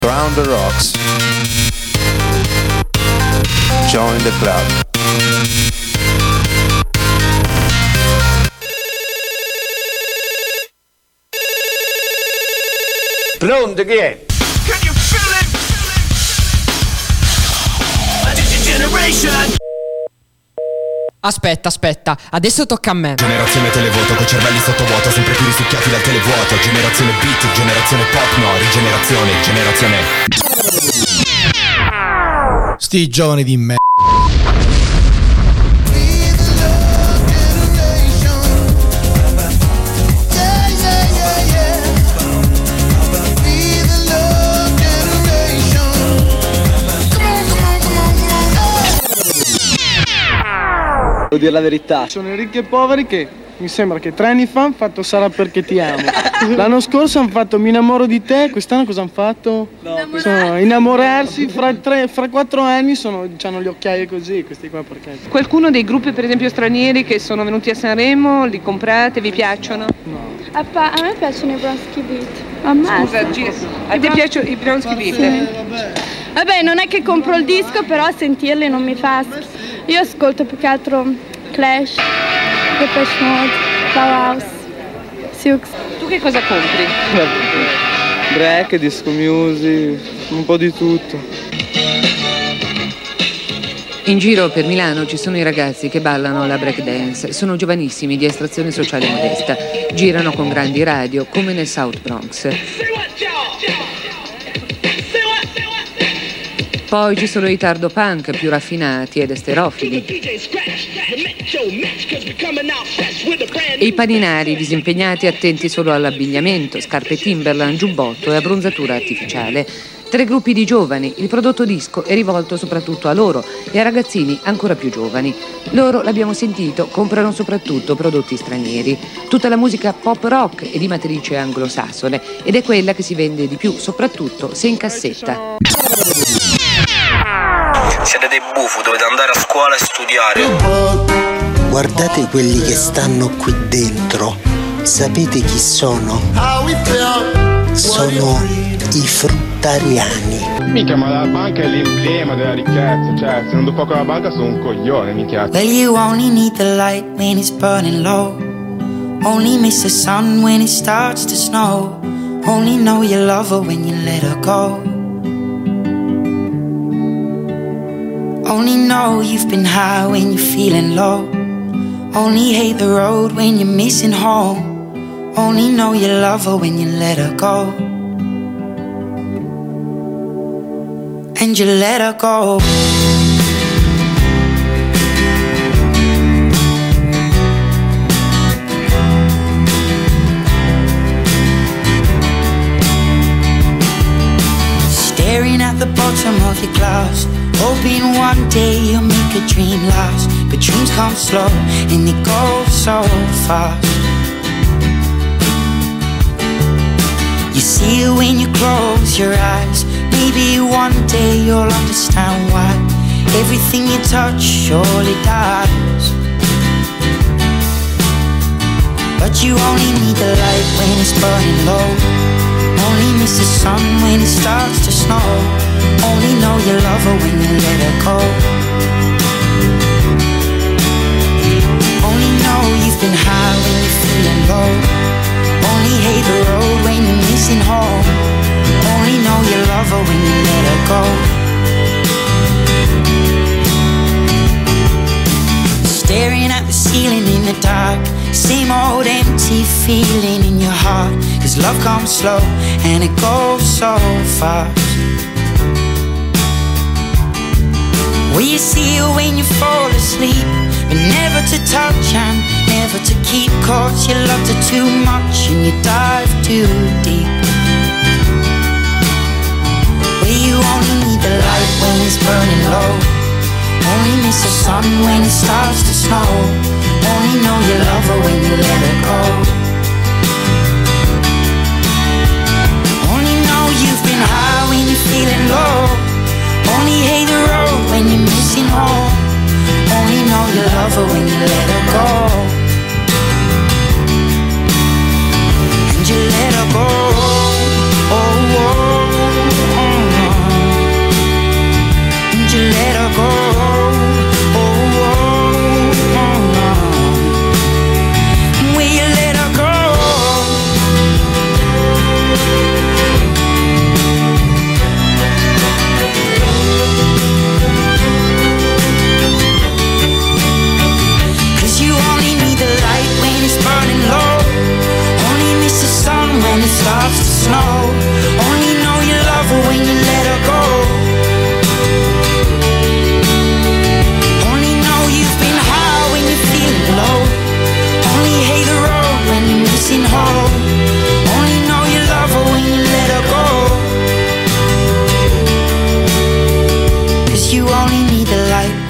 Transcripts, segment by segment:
Round the rocks. Join the club. Pronto, chi è? Aspetta, adesso tocca a me. Generazione televoto, coi cervelli sottovuoto, sempre più risucchiati dal televuoto. Generazione beat, generazione pop, no, generazione. Sti giovani di me. Devo dire la verità. Sono i ricchi e poveri che mi sembra che 3 anni fa hanno fatto Sarà perché ti amo. L'anno scorso hanno fatto Mi innamoro di te, quest'anno cosa hanno fatto? Sono innamorarsi, fra 4 anni hanno le occhiaie così, questi qua perché? Qualcuno dei gruppi per esempio stranieri che sono venuti a Sanremo, li comprate, vi piacciono? No. A me piacciono i Bronski Beat. Scusa, a te piacciono i Bronski Beat? Sì, vabbè. Vabbè, non è che compro il disco, però a sentirli non mi fa schifo. Io ascolto più che altro Clash, Depeche Mode, Bauhaus, Siux. Tu che cosa compri? Break, disco music, un po' di tutto. In giro per Milano ci sono i ragazzi che ballano la breakdance. Sono giovanissimi, di estrazione sociale modesta. Girano con grandi radio, come nel South Bronx. Poi ci sono i tardo punk più raffinati ed esterofili. E i paninari disimpegnati attenti solo all'abbigliamento, scarpe Timberland, giubbotto e abbronzatura artificiale. 3 gruppi di giovani, il prodotto disco è rivolto soprattutto a loro e a ragazzini ancora più giovani. Loro, l'abbiamo sentito, comprano soprattutto prodotti stranieri. Tutta la musica pop rock è di matrice anglosassone ed è quella che si vende di più, soprattutto se in cassetta. Siete dei bufu, dovete andare a scuola e studiare. Guardate quelli che stanno qui dentro. Sapete chi sono? Sono i fruttariani. Mica, ma la banca è l'emblema della ricchezza. Cioè, se non do poco alla banca sono un coglione, mica. Well, you only need the light when it's burning low. Only miss the sun when it starts to snow. Only know you love her when you let her go. Only know you've been high when you're feeling low. Only hate the road when you're missing home. Only know you love her when you let her go. And you let her go. Staring at the bottom of your glass, hoping one day you'll make a dream last. But dreams come slow and they go so fast. You see it when you close your eyes. Maybe one day you'll understand why everything you touch surely dies. But you only need the light when it's burning low. Only miss the sun when it starts to snow. Only know you love her when you let her go. Only know you've been high when you're feeling low. Only hate the road when you're missing home. Only know you love her when you let her go. Staring at the ceiling in the dark, same old empty feeling in your heart. 'Cause love comes slow and it goes so fast. Well, you see it when you fall asleep, but never to touch and never to keep. 'Cause you loved her too much and you dive too deep. Well, you only need the light when it's burning low. Only miss the sun when it starts to snow. Only know you love her when you let her go. Only know you've been high when you're feeling low. Only hate the road when you're missing home. Only know you love her when you let her go. And you let her go. Oh, oh, oh.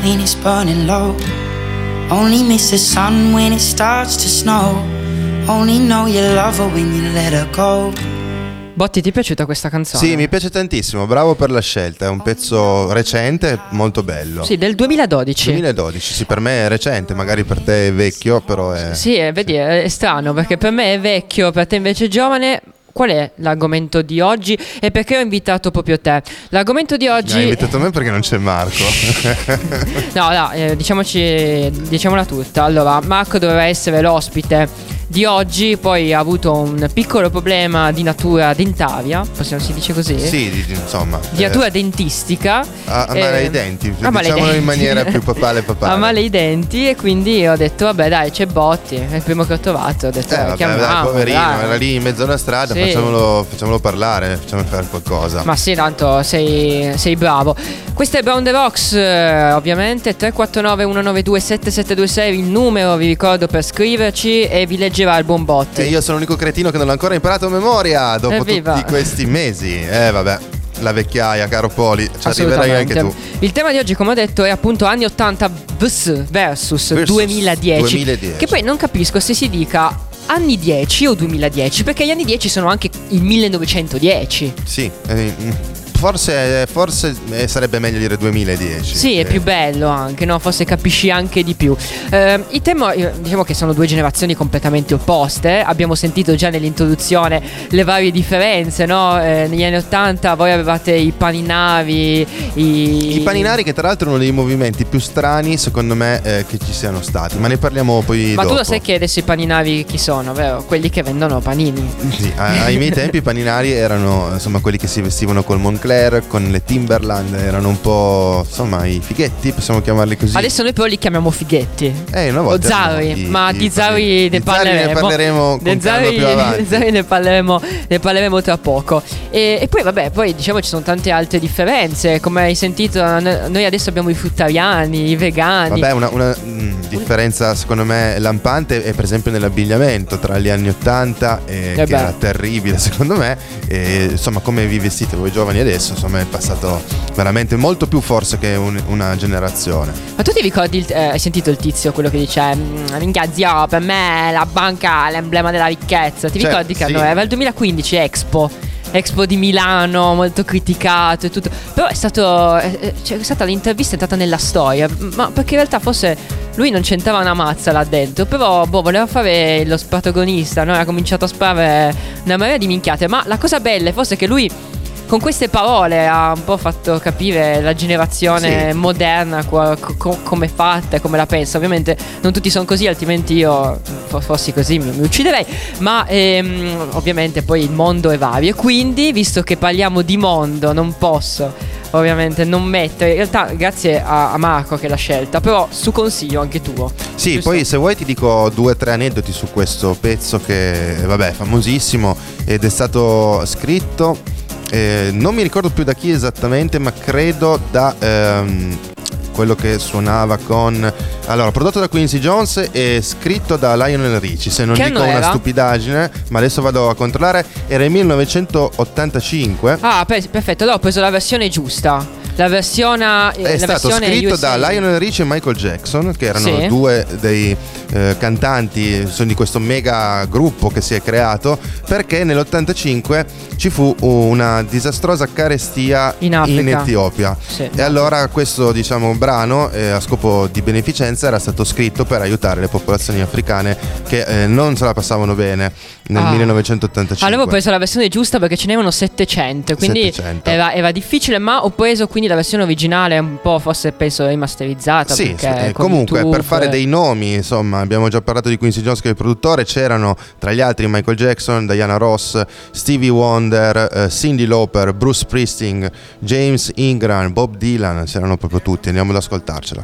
when it's burning low. Only miss the sun when it starts to snow. Only know you love her when you let her go. Botti, ti è piaciuta questa canzone? Sì, mi piace tantissimo, bravo per la scelta, è un pezzo recente, molto bello. Sì, del 2012. 2012, sì, per me è recente, magari per te è vecchio, però è... Sì, vedi, è strano, perché per me è vecchio, per te invece è giovane. Qual è l'argomento di oggi e perché ho invitato proprio te? L'argomento di oggi... Hai invitato me perché non c'è Marco. No, diciamola tutta. Allora, Marco doveva essere l'ospite di oggi, poi ha avuto un piccolo problema di natura dentaria, si dice così? Sì, insomma. Di natura dentistica. A male i denti, diciamolo in maniera più papale. A male i denti, e quindi ho detto vabbè dai, c'è Botti, è il primo che ho trovato, ho detto chiamiamo, dai, poverino, dai. era lì in mezzo alla strada, sì. Facciamolo parlare, facciamolo fare qualcosa. Ma sì, tanto sei bravo. Questo è Brown the Rocks, ovviamente 349 192 7726 il numero, vi ricordo, per scriverci, e vi leggerà il buon Botti. E io sono l'unico cretino che non l'ho ancora imparato a memoria dopo tutti questi mesi. Vabbè, la vecchiaia, caro Poli, ci arriverai anche tu. Il tema di oggi, come ho detto, è appunto anni 80 versus 2010. Che poi non capisco se si dica anni 10 o 2010, perché gli anni 10 sono anche il 1910. Sì, forse sarebbe meglio dire 2010. Sì, è più bello anche, no? Forse capisci anche di più. I tema, diciamo che sono due generazioni completamente opposte. Abbiamo sentito già nell'introduzione le varie differenze, no? Negli anni 80 voi avevate i paninari. I paninari, che tra l'altro è uno dei movimenti più strani, secondo me, che ci siano stati. Ma ne parliamo poi dopo. Ma tu lo sai che adesso i paninari chi sono, vero? Quelli che vendono panini. Sì, ai miei tempi i paninari erano, insomma, quelli che si vestivano col Moncler, con le Timberland, erano un po', insomma, i fighetti, possiamo chiamarli così. Adesso noi però li chiamiamo fighetti. Una volta o Zari, ma di Zari ne parleremo con calma più avanti. Di Zari ne parleremo tra poco. E poi vabbè, poi diciamo ci sono tante altre differenze, come hai sentito noi adesso abbiamo i fruttariani, i vegani. Vabbè, una differenza secondo me lampante è per esempio nell'abbigliamento tra gli anni 80 che era terribile secondo me, e insomma come vi vestite voi giovani adesso, insomma è passato veramente molto più forse che una generazione. Ma tu ti ricordi, hai sentito il tizio quello che dice minchia zio, per me la banca è l'emblema della ricchezza, ti ricordi che era il 2015 Expo di Milano, molto criticato e tutto, però c'è stata l'intervista, è entrata nella storia, ma perché in realtà forse lui non c'entrava una mazza là dentro, però voleva fare lo protagonista, no? Ha cominciato a sparare una marea di minchiate, ma la cosa bella è forse che lui con queste parole ha un po' fatto capire la generazione moderna come è fatta e come la pensa. Ovviamente non tutti sono così, altrimenti io fossi così mi ucciderei. Ma ovviamente poi il mondo è vario, e quindi visto che parliamo di mondo non posso ovviamente non mettere, in realtà grazie a Marco che l'ha scelta, però su consiglio anche tuo. Sì, giusto? Poi se vuoi ti dico 2 o 3 aneddoti su questo pezzo che vabbè è famosissimo ed è stato scritto non mi ricordo più da chi esattamente, ma credo da quello che suonava con... Allora, prodotto da Quincy Jones e scritto da Lionel Richie. Se non dico una stupidaggine, ma adesso vado a controllare. Era il 1985. Ah, perfetto, allora ho preso la versione giusta. La versione è stato scritto da Lionel Richie e Michael Jackson, che erano due dei cantanti di questo mega gruppo che si è creato, perché nell'85 ci fu una disastrosa carestia in Etiopia. E allora questo, diciamo, brano a scopo di beneficenza era stato scritto per aiutare le popolazioni africane che non se la passavano bene nel 1985. Allora ho preso la versione giusta perché ce n'erano 700, quindi 700. Era difficile, ma ho preso quindi la versione originale un po', forse penso rimasterizzata. Sì, comunque per fare dei nomi, insomma, abbiamo già parlato di Quincy Jones che è il produttore, c'erano tra gli altri Michael Jackson, Diana Ross, Stevie Wonder, Cyndi Lauper, Bruce Springsteen, James Ingram, Bob Dylan, c'erano proprio tutti. Andiamo ad ascoltarcela.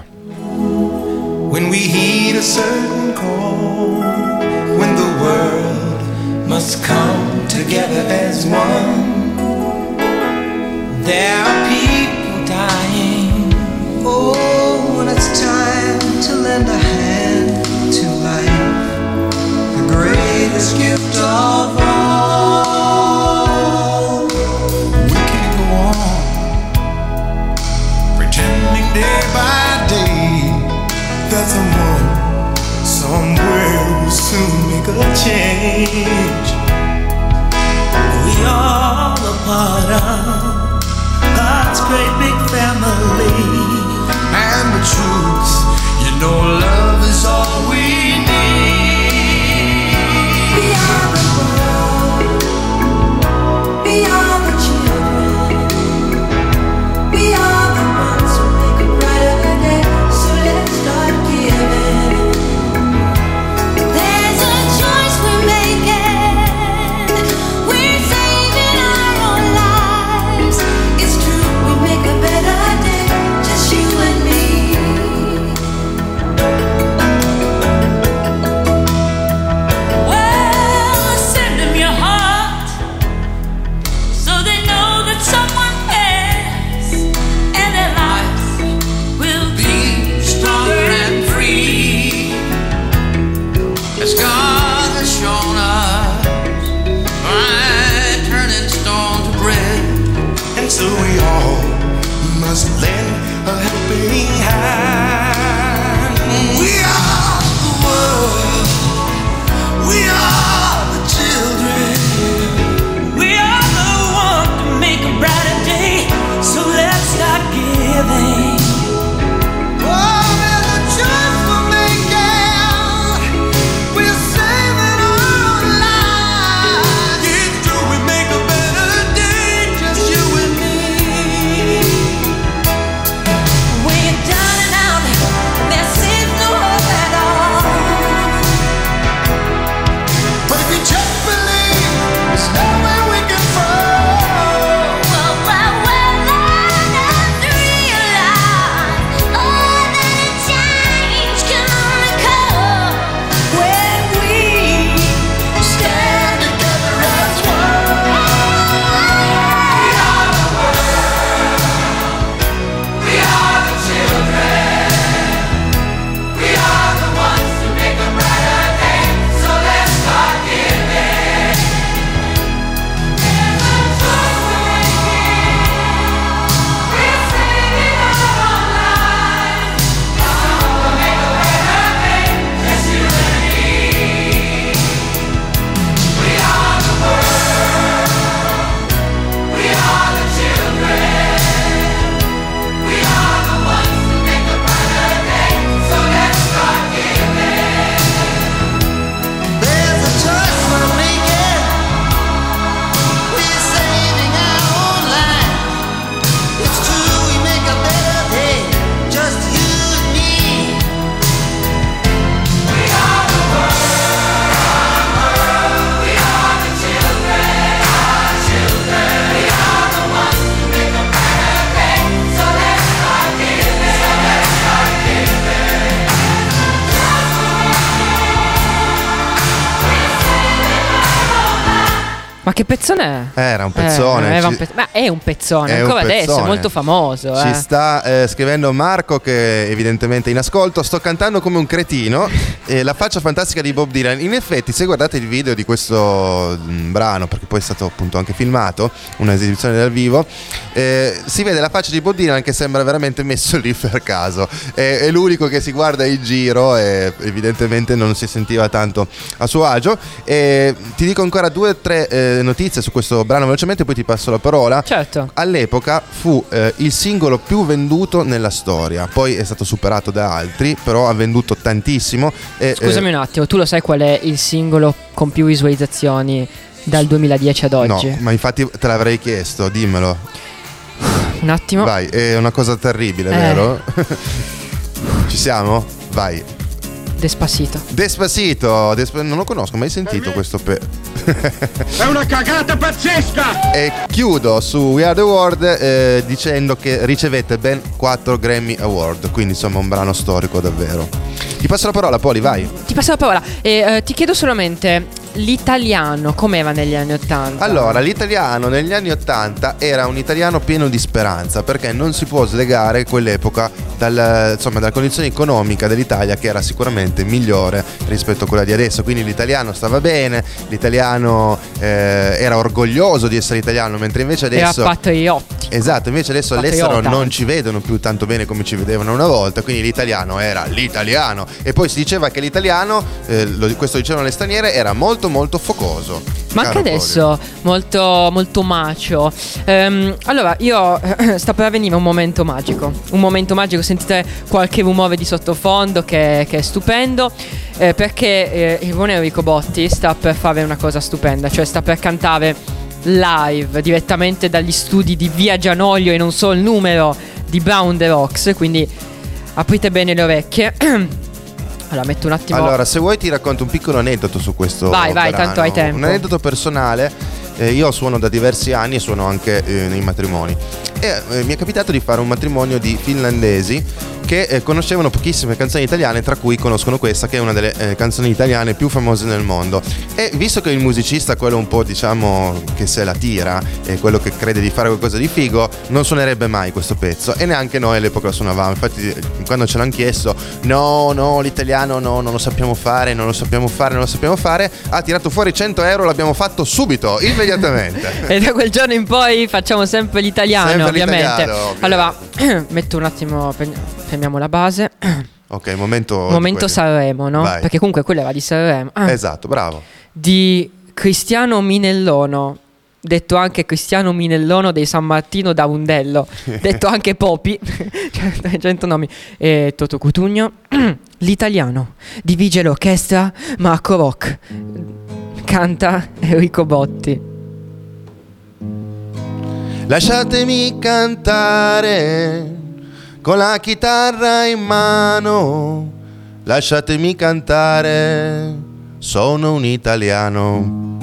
When we heed a certain call, when the world must come together as one, there are people dying. Oh, when it's time to lend a hand to life, the greatest gift of all. We can't go on pretending day by day make a change. We are a part of God's great big family. And the truth, you know, love is all we need. We are the world. We are the children. We are the ones who make a brighter day. So let's start giving. There's a choice we're making. We're saving our own lives. It's true, we make a better day. Just you and me. Well, send them your heart so they know that someone cares, and their lives will be stronger and free, as God has shown us by turning stone to bread. And so we all must lend a helping hand. We are the world. We are the children. We are the one to make a brighter day. So let's start giving. Oh, there's a choice we're making. We're saving our lives. It's true, we make a better day. Just you and me. When you're down and out, there seems no hope at all. But if you just believe, there's nowhere we can fall. Well, let's realize, oh, that a change can only come when we stand together as one. We are the world. We are the children. We are the ones to make a brighter day. So let's start giving. There's a choice we're making. We're saving our own lives. So we'll make a better day. Just you and me. We are the world. We are the children. We are the ones to make a brighter day. So let's start giving. There's a choice we're making. We're saving our own lives. It's true, we make a better day. Just you and me. We are the world. We are the children. Our children. We are the ones to make a brighter day. So let's start giving. So let's start giving. Ma che pezzone è? Era un pezzone. Ma è un pezzone, È un ancora adesso, pezzone. è molto famoso. Ci sta scrivendo Marco, che evidentemente è in ascolto. Sto cantando come un cretino. La faccia fantastica di Bob Dylan. In effetti, se guardate il video di questo brano, perché poi è stato appunto anche filmato, un'esibizione dal vivo, si vede la faccia di Bob Dylan che sembra veramente messo lì per caso. È l'unico che si guarda in giro e evidentemente non si sentiva tanto a suo agio. Ti dico ancora 2 o 3 notizie su questo brano velocemente, poi ti passo la parola. Certo. All'epoca fu il singolo più venduto nella storia, poi è stato superato da altri, però ha venduto tantissimo. Scusami un attimo, tu lo sai qual è il singolo con più visualizzazioni dal 2010 ad oggi? No, ma infatti te l'avrei chiesto, dimmelo. Un attimo. Vai, è una cosa terribile, vero? Ci siamo? Vai. Despacito. Non lo conosco, mai sentito questo È una cagata pazzesca! E chiudo su We Are The World dicendo che ricevette ben 4 Grammy Award, quindi insomma un brano storico davvero. Ti passo la parola, Poli, vai. Ti passo la parola e ti chiedo solamente, l'italiano com'era negli anni 80? Allora, l'italiano negli anni 80 era un italiano pieno di speranza, perché non si può slegare quell'epoca dalla condizione economica dell'Italia, che era sicuramente migliore rispetto a quella di adesso. Quindi l'italiano stava bene, l'italiano era orgoglioso di essere italiano, mentre invece adesso era patriottico. Esatto, invece adesso all'estero non ci vedono più tanto bene come ci vedevano una volta, quindi l'italiano era l'italiano. E poi si diceva che l'italiano, questo dicevano le straniere, era molto molto focoso. Ma anche adesso molto molto macio. Allora io sta per avvenire un momento magico. Sentite qualche rumore di sottofondo che è stupendo, perché il buon Enrico Botti sta per fare una cosa stupenda, cioè sta per cantare live direttamente dagli studi di Via Gianoglio e non so il numero di Brown The Rocks, quindi aprite bene le orecchie. Allora metto un attimo. Allora, se vuoi ti racconto un piccolo aneddoto su questo Vai, brano. tanto hai tempo. Un aneddoto personale. Io suono da diversi anni e suono anche nei matrimoni. E mi è capitato di fare un matrimonio di finlandesi che conoscevano pochissime canzoni italiane, tra cui conoscono questa, che è una delle canzoni italiane più famose nel mondo. E visto che il musicista, quello un po' diciamo che se la tira e quello che crede di fare qualcosa di figo, non suonerebbe mai questo pezzo, e neanche noi all'epoca lo suonavamo. Infatti quando ce l'hanno chiesto, no, l'italiano no, non lo sappiamo fare, ha tirato fuori 100 euro, l'abbiamo fatto subito, immediatamente. E da quel giorno in poi facciamo sempre l'italiano, Sempre ovviamente. l'italiano, Allora metto un attimo, fermiamo la base. Ok, momento Sanremo, no? Vai. Perché comunque quella era di Sanremo. Esatto, bravo. Di Cristiano Minellono, detto anche Cristiano Minellono dei San Martino da Undello, detto anche Popi, 100 nomi, e Toto Cutugno. L'italiano dirige l'orchestra Marco Rock, canta Enrico Botti. Lasciatemi cantare con la chitarra in mano, lasciatemi cantare, sono un italiano.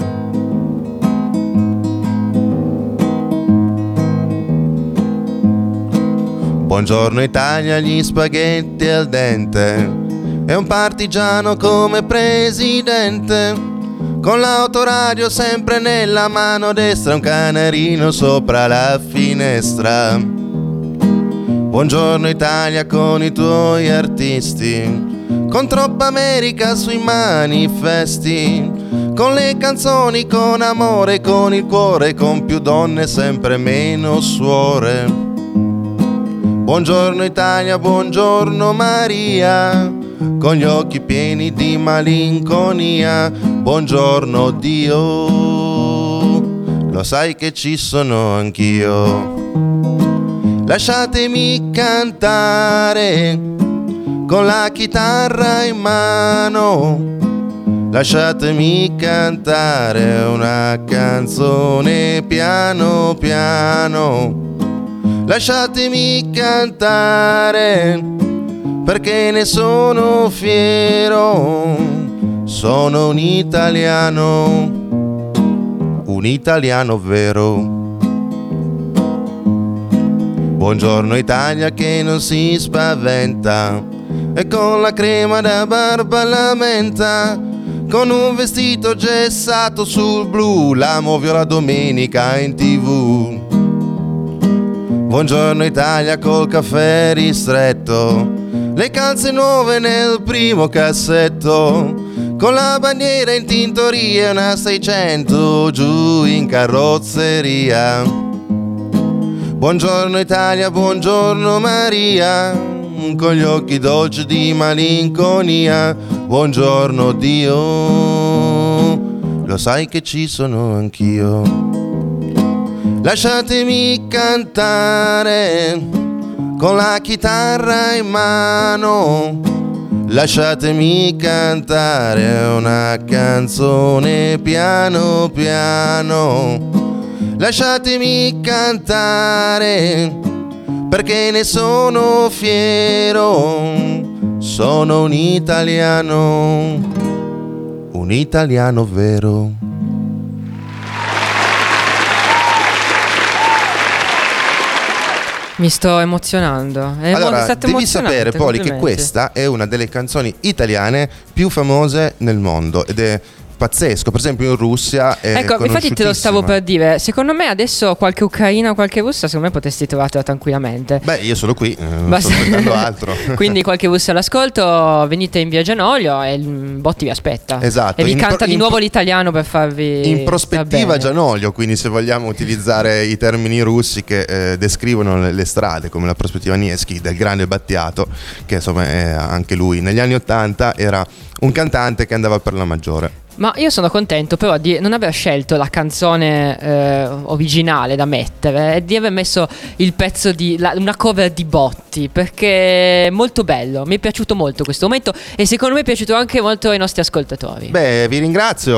Buongiorno Italia, gli spaghetti al dente, è un partigiano come presidente, con l'autoradio sempre nella mano destra, un canarino sopra la finestra. Buongiorno Italia con i tuoi artisti, con troppa America sui manifesti, con le canzoni, con amore, con il cuore, con più donne, sempre meno suore. Buongiorno Italia, buongiorno Maria, con gli occhi pieni di malinconia. Buongiorno Dio, lo sai che ci sono anch'io. Lasciatemi cantare con la chitarra in mano, lasciatemi cantare una canzone piano piano. Lasciatemi cantare perché ne sono fiero, sono un italiano vero. Buongiorno Italia che non si spaventa e con la crema da barba alla menta, con un vestito gessato sul blu, l'amo viola domenica in TV. Buongiorno Italia col caffè ristretto, le calze nuove nel primo cassetto, con la bandiera in tintoria e una 600 giù in carrozzeria. Buongiorno Italia, buongiorno Maria, con gli occhi dolci di malinconia. Buongiorno Dio, lo sai che ci sono anch'io. Lasciatemi cantare con la chitarra in mano, lasciatemi cantare una canzone piano piano. Lasciatemi cantare perché ne sono fiero, sono un italiano vero. Mi sto emozionando. Allora, devi sapere, Poli, che questa è una delle canzoni italiane più famose nel mondo ed è pazzesco. Per esempio in Russia è ecco, infatti te lo stavo conosciutissima. per dire. Secondo me adesso qualche ucraina, qualche russa, secondo me potresti trovartela tranquillamente. Beh, io sono qui, non sto aspettando altro. Quindi qualche russa all'ascolto, venite in via Gianoglio e il Botti vi aspetta. Esatto. E vi canta di nuovo l'italiano per farvi in prospettiva bene. Gianoglio, quindi se vogliamo utilizzare i termini russi che descrivono le strade, come la prospettiva Nevsky del grande Battiato, che insomma anche lui negli anni '80 era un cantante che andava per la maggiore. Ma io sono contento però di non aver scelto la canzone originale da mettere e di aver messo il pezzo di una cover di Botti, perché è molto bello, mi è piaciuto molto questo momento e secondo me è piaciuto anche molto ai nostri ascoltatori. Beh, vi ringrazio.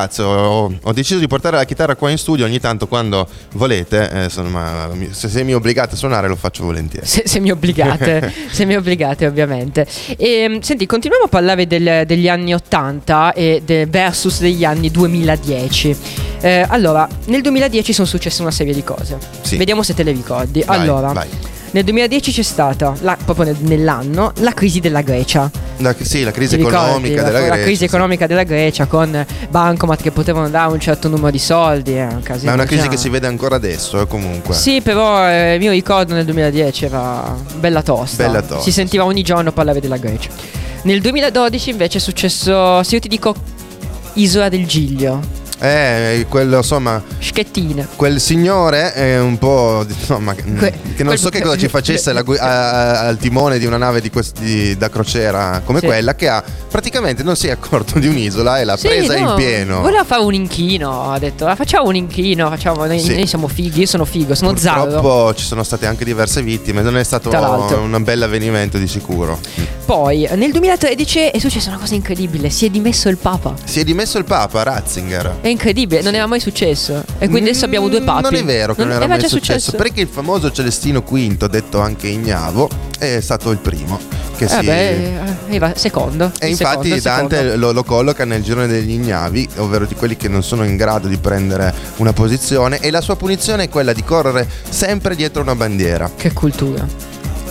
Ho deciso di portare la chitarra qua in studio ogni tanto quando volete, insomma, se mi obbligate a suonare lo faccio volentieri. Se mi obbligate, se mi obbligate ovviamente. E, senti, continuiamo a parlare degli anni 80 e versus degli anni 2010. Allora, nel 2010 sono successe una serie di cose. Sì. Vediamo se te le ricordi. Vai, allora, vai. nel 2010 c'è stata, proprio nell'anno, la crisi della Grecia. La crisi Ti economica ricordi? della Grecia. La crisi economica della Grecia con bancomat che potevano dare un certo numero di soldi. È un casino. Ma è una crisi già. che si vede ancora adesso, comunque. Sì, però mio ricordo nel 2010 era bella tosta. Bella tosta. Si sentiva ogni giorno parlare della Grecia. Nel 2012 invece è successo, se io ti dico Isola del Giglio. Quello, insomma, Schettine. quel signore è un po', insomma, che non so che cosa ci facesse al timone di una nave da crociera come Sì. quella, che praticamente non si è accorto di un'isola e l'ha presa in pieno. Voleva fare un inchino, ha detto facciamo un inchino, noi siamo fighi, io sono figo, sono Zarro. Purtroppo ci sono state anche diverse vittime, non è stato Tra l'altro. un bel avvenimento di sicuro. Poi nel 2013 è successa una cosa incredibile, si è dimesso il Papa. Si è dimesso il Papa Ratzinger. È incredibile, non era mai successo. E quindi adesso abbiamo due papi. Non è vero che non era mai già successo, perché il famoso Celestino V, detto anche Ignavo, è stato il primo che era secondo. E il infatti secondo. Dante lo colloca nel girone degli ignavi, ovvero di quelli che non sono in grado di prendere una posizione, e la sua punizione è quella di correre sempre dietro una bandiera. Che cultura.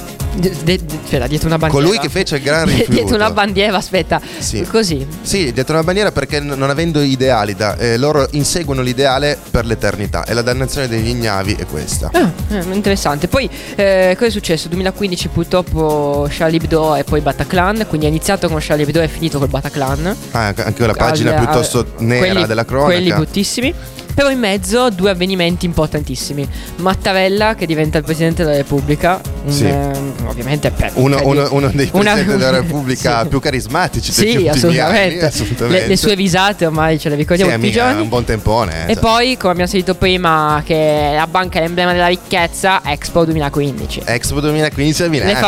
Aspetta, dietro una bandiera. Colui che fece il gran rifiuto. Dietro una bandiera, aspetta. Sì. Così. Sì, dietro una bandiera, perché non avendo ideali, loro inseguono l'ideale per l'eternità, e la dannazione degli ignavi è questa. Interessante. Poi cosa è successo? 2015 purtroppo Charlie Hebdo e poi Bataclan. Quindi è iniziato con Charlie Hebdo e è finito col Bataclan. Anche la pagina piuttosto nera della cronaca. Quelli bruttissimi. Però in mezzo due avvenimenti importantissimi. Mattarella che diventa il Presidente della Repubblica. Sì. Ovviamente uno dei Presidenti della Repubblica sì. più carismatici sì, degli ultimi assolutamente. anni, assolutamente. Le sue risate ormai ce le ricordiamo tutti i giorni. È un buon tempone. E poi, come abbiamo sentito prima, che la banca è l'emblema della ricchezza, Expo 2015. Expo 2015 a Milano.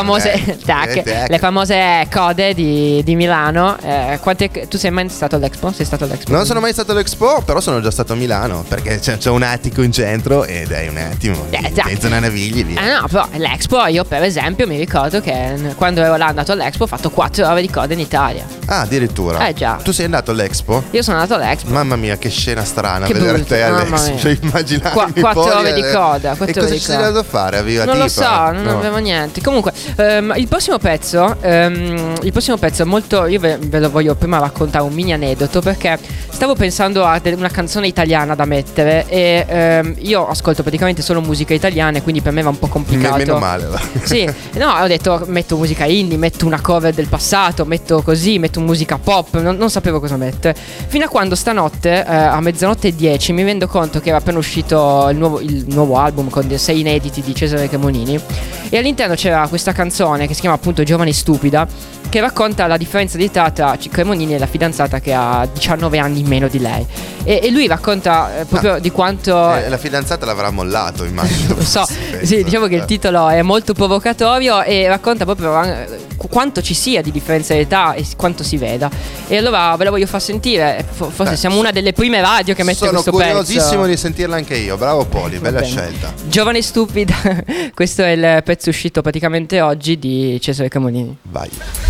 Le famose code di Milano. Tu sei mai stato all'Expo? Sei stato all'Expo? Non sono mai stato all'Expo, però sono già stato a Milano, perché c'è un attico in centro ed è un attimo in zona Navigli, via. No, però l'Expo, io per esempio mi ricordo che quando ero là andato all'Expo ho fatto 4 ore di coda in Italia. Ah, addirittura? Già. Tu sei andato all'Expo? Io sono andato all'Expo. Mamma mia, che scena strana che vedere brutto, te all'Expo. Cioè, immaginarmi 4 ore di coda. E cosa ci sei andato a fare? Avviva non tipa? lo so, non avevo niente. Comunque, il prossimo pezzo è molto. Io ve lo voglio prima raccontare un mini aneddoto, perché stavo pensando a una canzone italiana da mettere e io ascolto praticamente solo musica italiana e quindi per me va un po' complicato. Meno male. Sì, no, ho detto metto musica indie, metto una cover del passato, metto musica pop, non sapevo cosa mettere. Fino a quando stanotte a 00:10 mi rendo conto che era appena uscito il nuovo album con dei 6 inediti di Cesare Cremonini e all'interno c'era questa canzone che si chiama appunto Giovane Stupida, che racconta la differenza di età tra Cremonini e la fidanzata che ha 19 anni in meno di lei e lui racconta proprio di quanto la fidanzata l'avrà mollato, immagino. Lo so, sì, diciamo che il titolo è molto provocatorio e racconta proprio quanto ci sia di differenza di età e quanto si veda. E allora ve la voglio far sentire. Forse siamo una delle prime radio che mette questo pezzo. Sono curiosissimo di sentirla anche io. Bravo Poli, bella scelta. Giovane Stupida. Questo è il pezzo uscito praticamente oggi di Cesare Cremonini. Vai.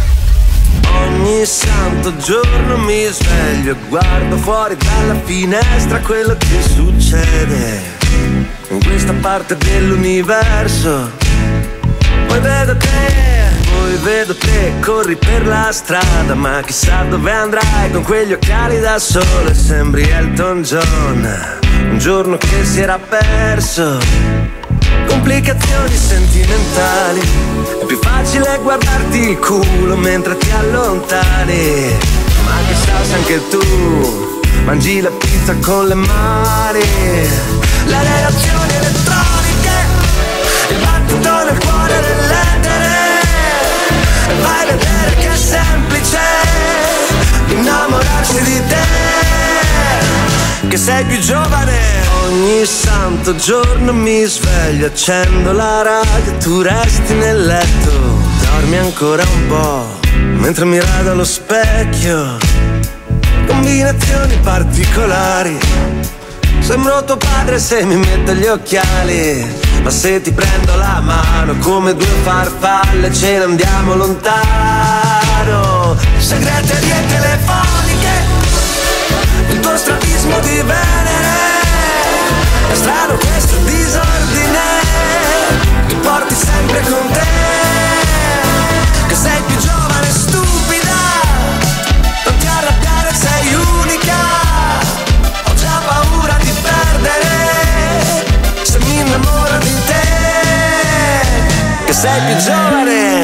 Ogni santo giorno mi sveglio e guardo fuori dalla finestra quello che succede in questa parte dell'universo. Poi vedo te, poi vedo te corri per la strada, ma chissà dove andrai con quegli occhiali da sole. Sembri Elton John, un giorno che si era perso. Complicazioni sentimentali, è più facile guardarti il culo mentre ti allontani. Ma chissà se anche tu mangi la pizza con le mani. Le relazioni elettroniche, il battito nel cuore dell'etere. E vai a vedere che è semplice innamorarsi di te, che sei più giovane. Ogni santo giorno mi sveglio, accendo la radio, tu resti nel letto. Dormi ancora un po' mentre mi rado allo specchio. Combinazioni particolari, sembro tuo padre se mi metto gli occhiali. Ma se ti prendo la mano come due farfalle ce ne andiamo lontano. Segreterie telefoniche, il tuo strabismo di Venere. È strano questo disordine, ti porti sempre con te. Che sei più giovane e stupida, non ti arrabbiare, sei unica. Ho già paura di perdere se mi innamoro di te, che sei più giovane.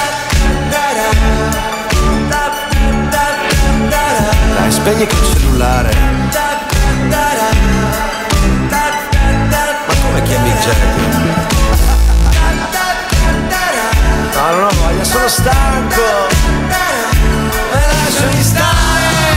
Dai, spegni quel cellulare. Ma come chiami Jack? No, non ho voglia, sono stanco. Lasciami stare.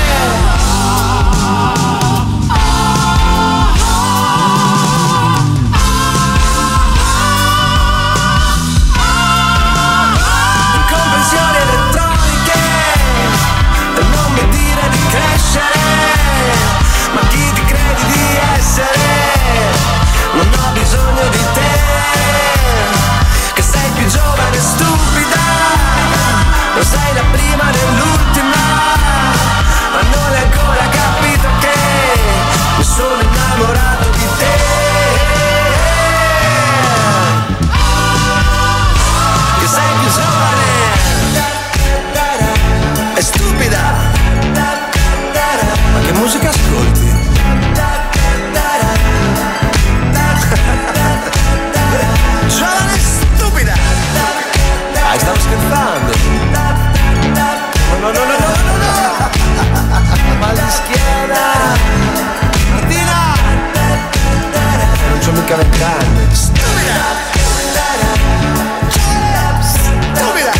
Incomprensioni elettroniche e non mi dire di crescere. Ma chi ti credi di essere? Non ho bisogno di te, che sei più giovane e stupida. Non sei la prima né l'ultima, ma non hai ancora capito che mi sono innamorato di te. Che sei più giovane e stupida. Ma che musica ascolti? Giovane stupida. Dai, stavo scherzando. No. Mal di schiena. Martina. Non c'ho mica 20 anni. Stupida. Stupida.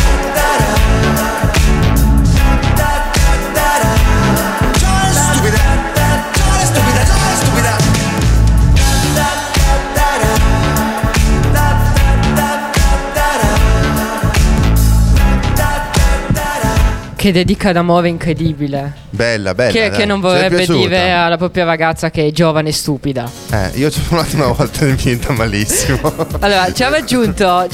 Che dedica d'amore incredibile. Bella. Che non vorrebbe dire alla propria ragazza che è giovane e stupida. Io ci ho provato una volta e mi è malissimo. Allora, ci aveva aggiunto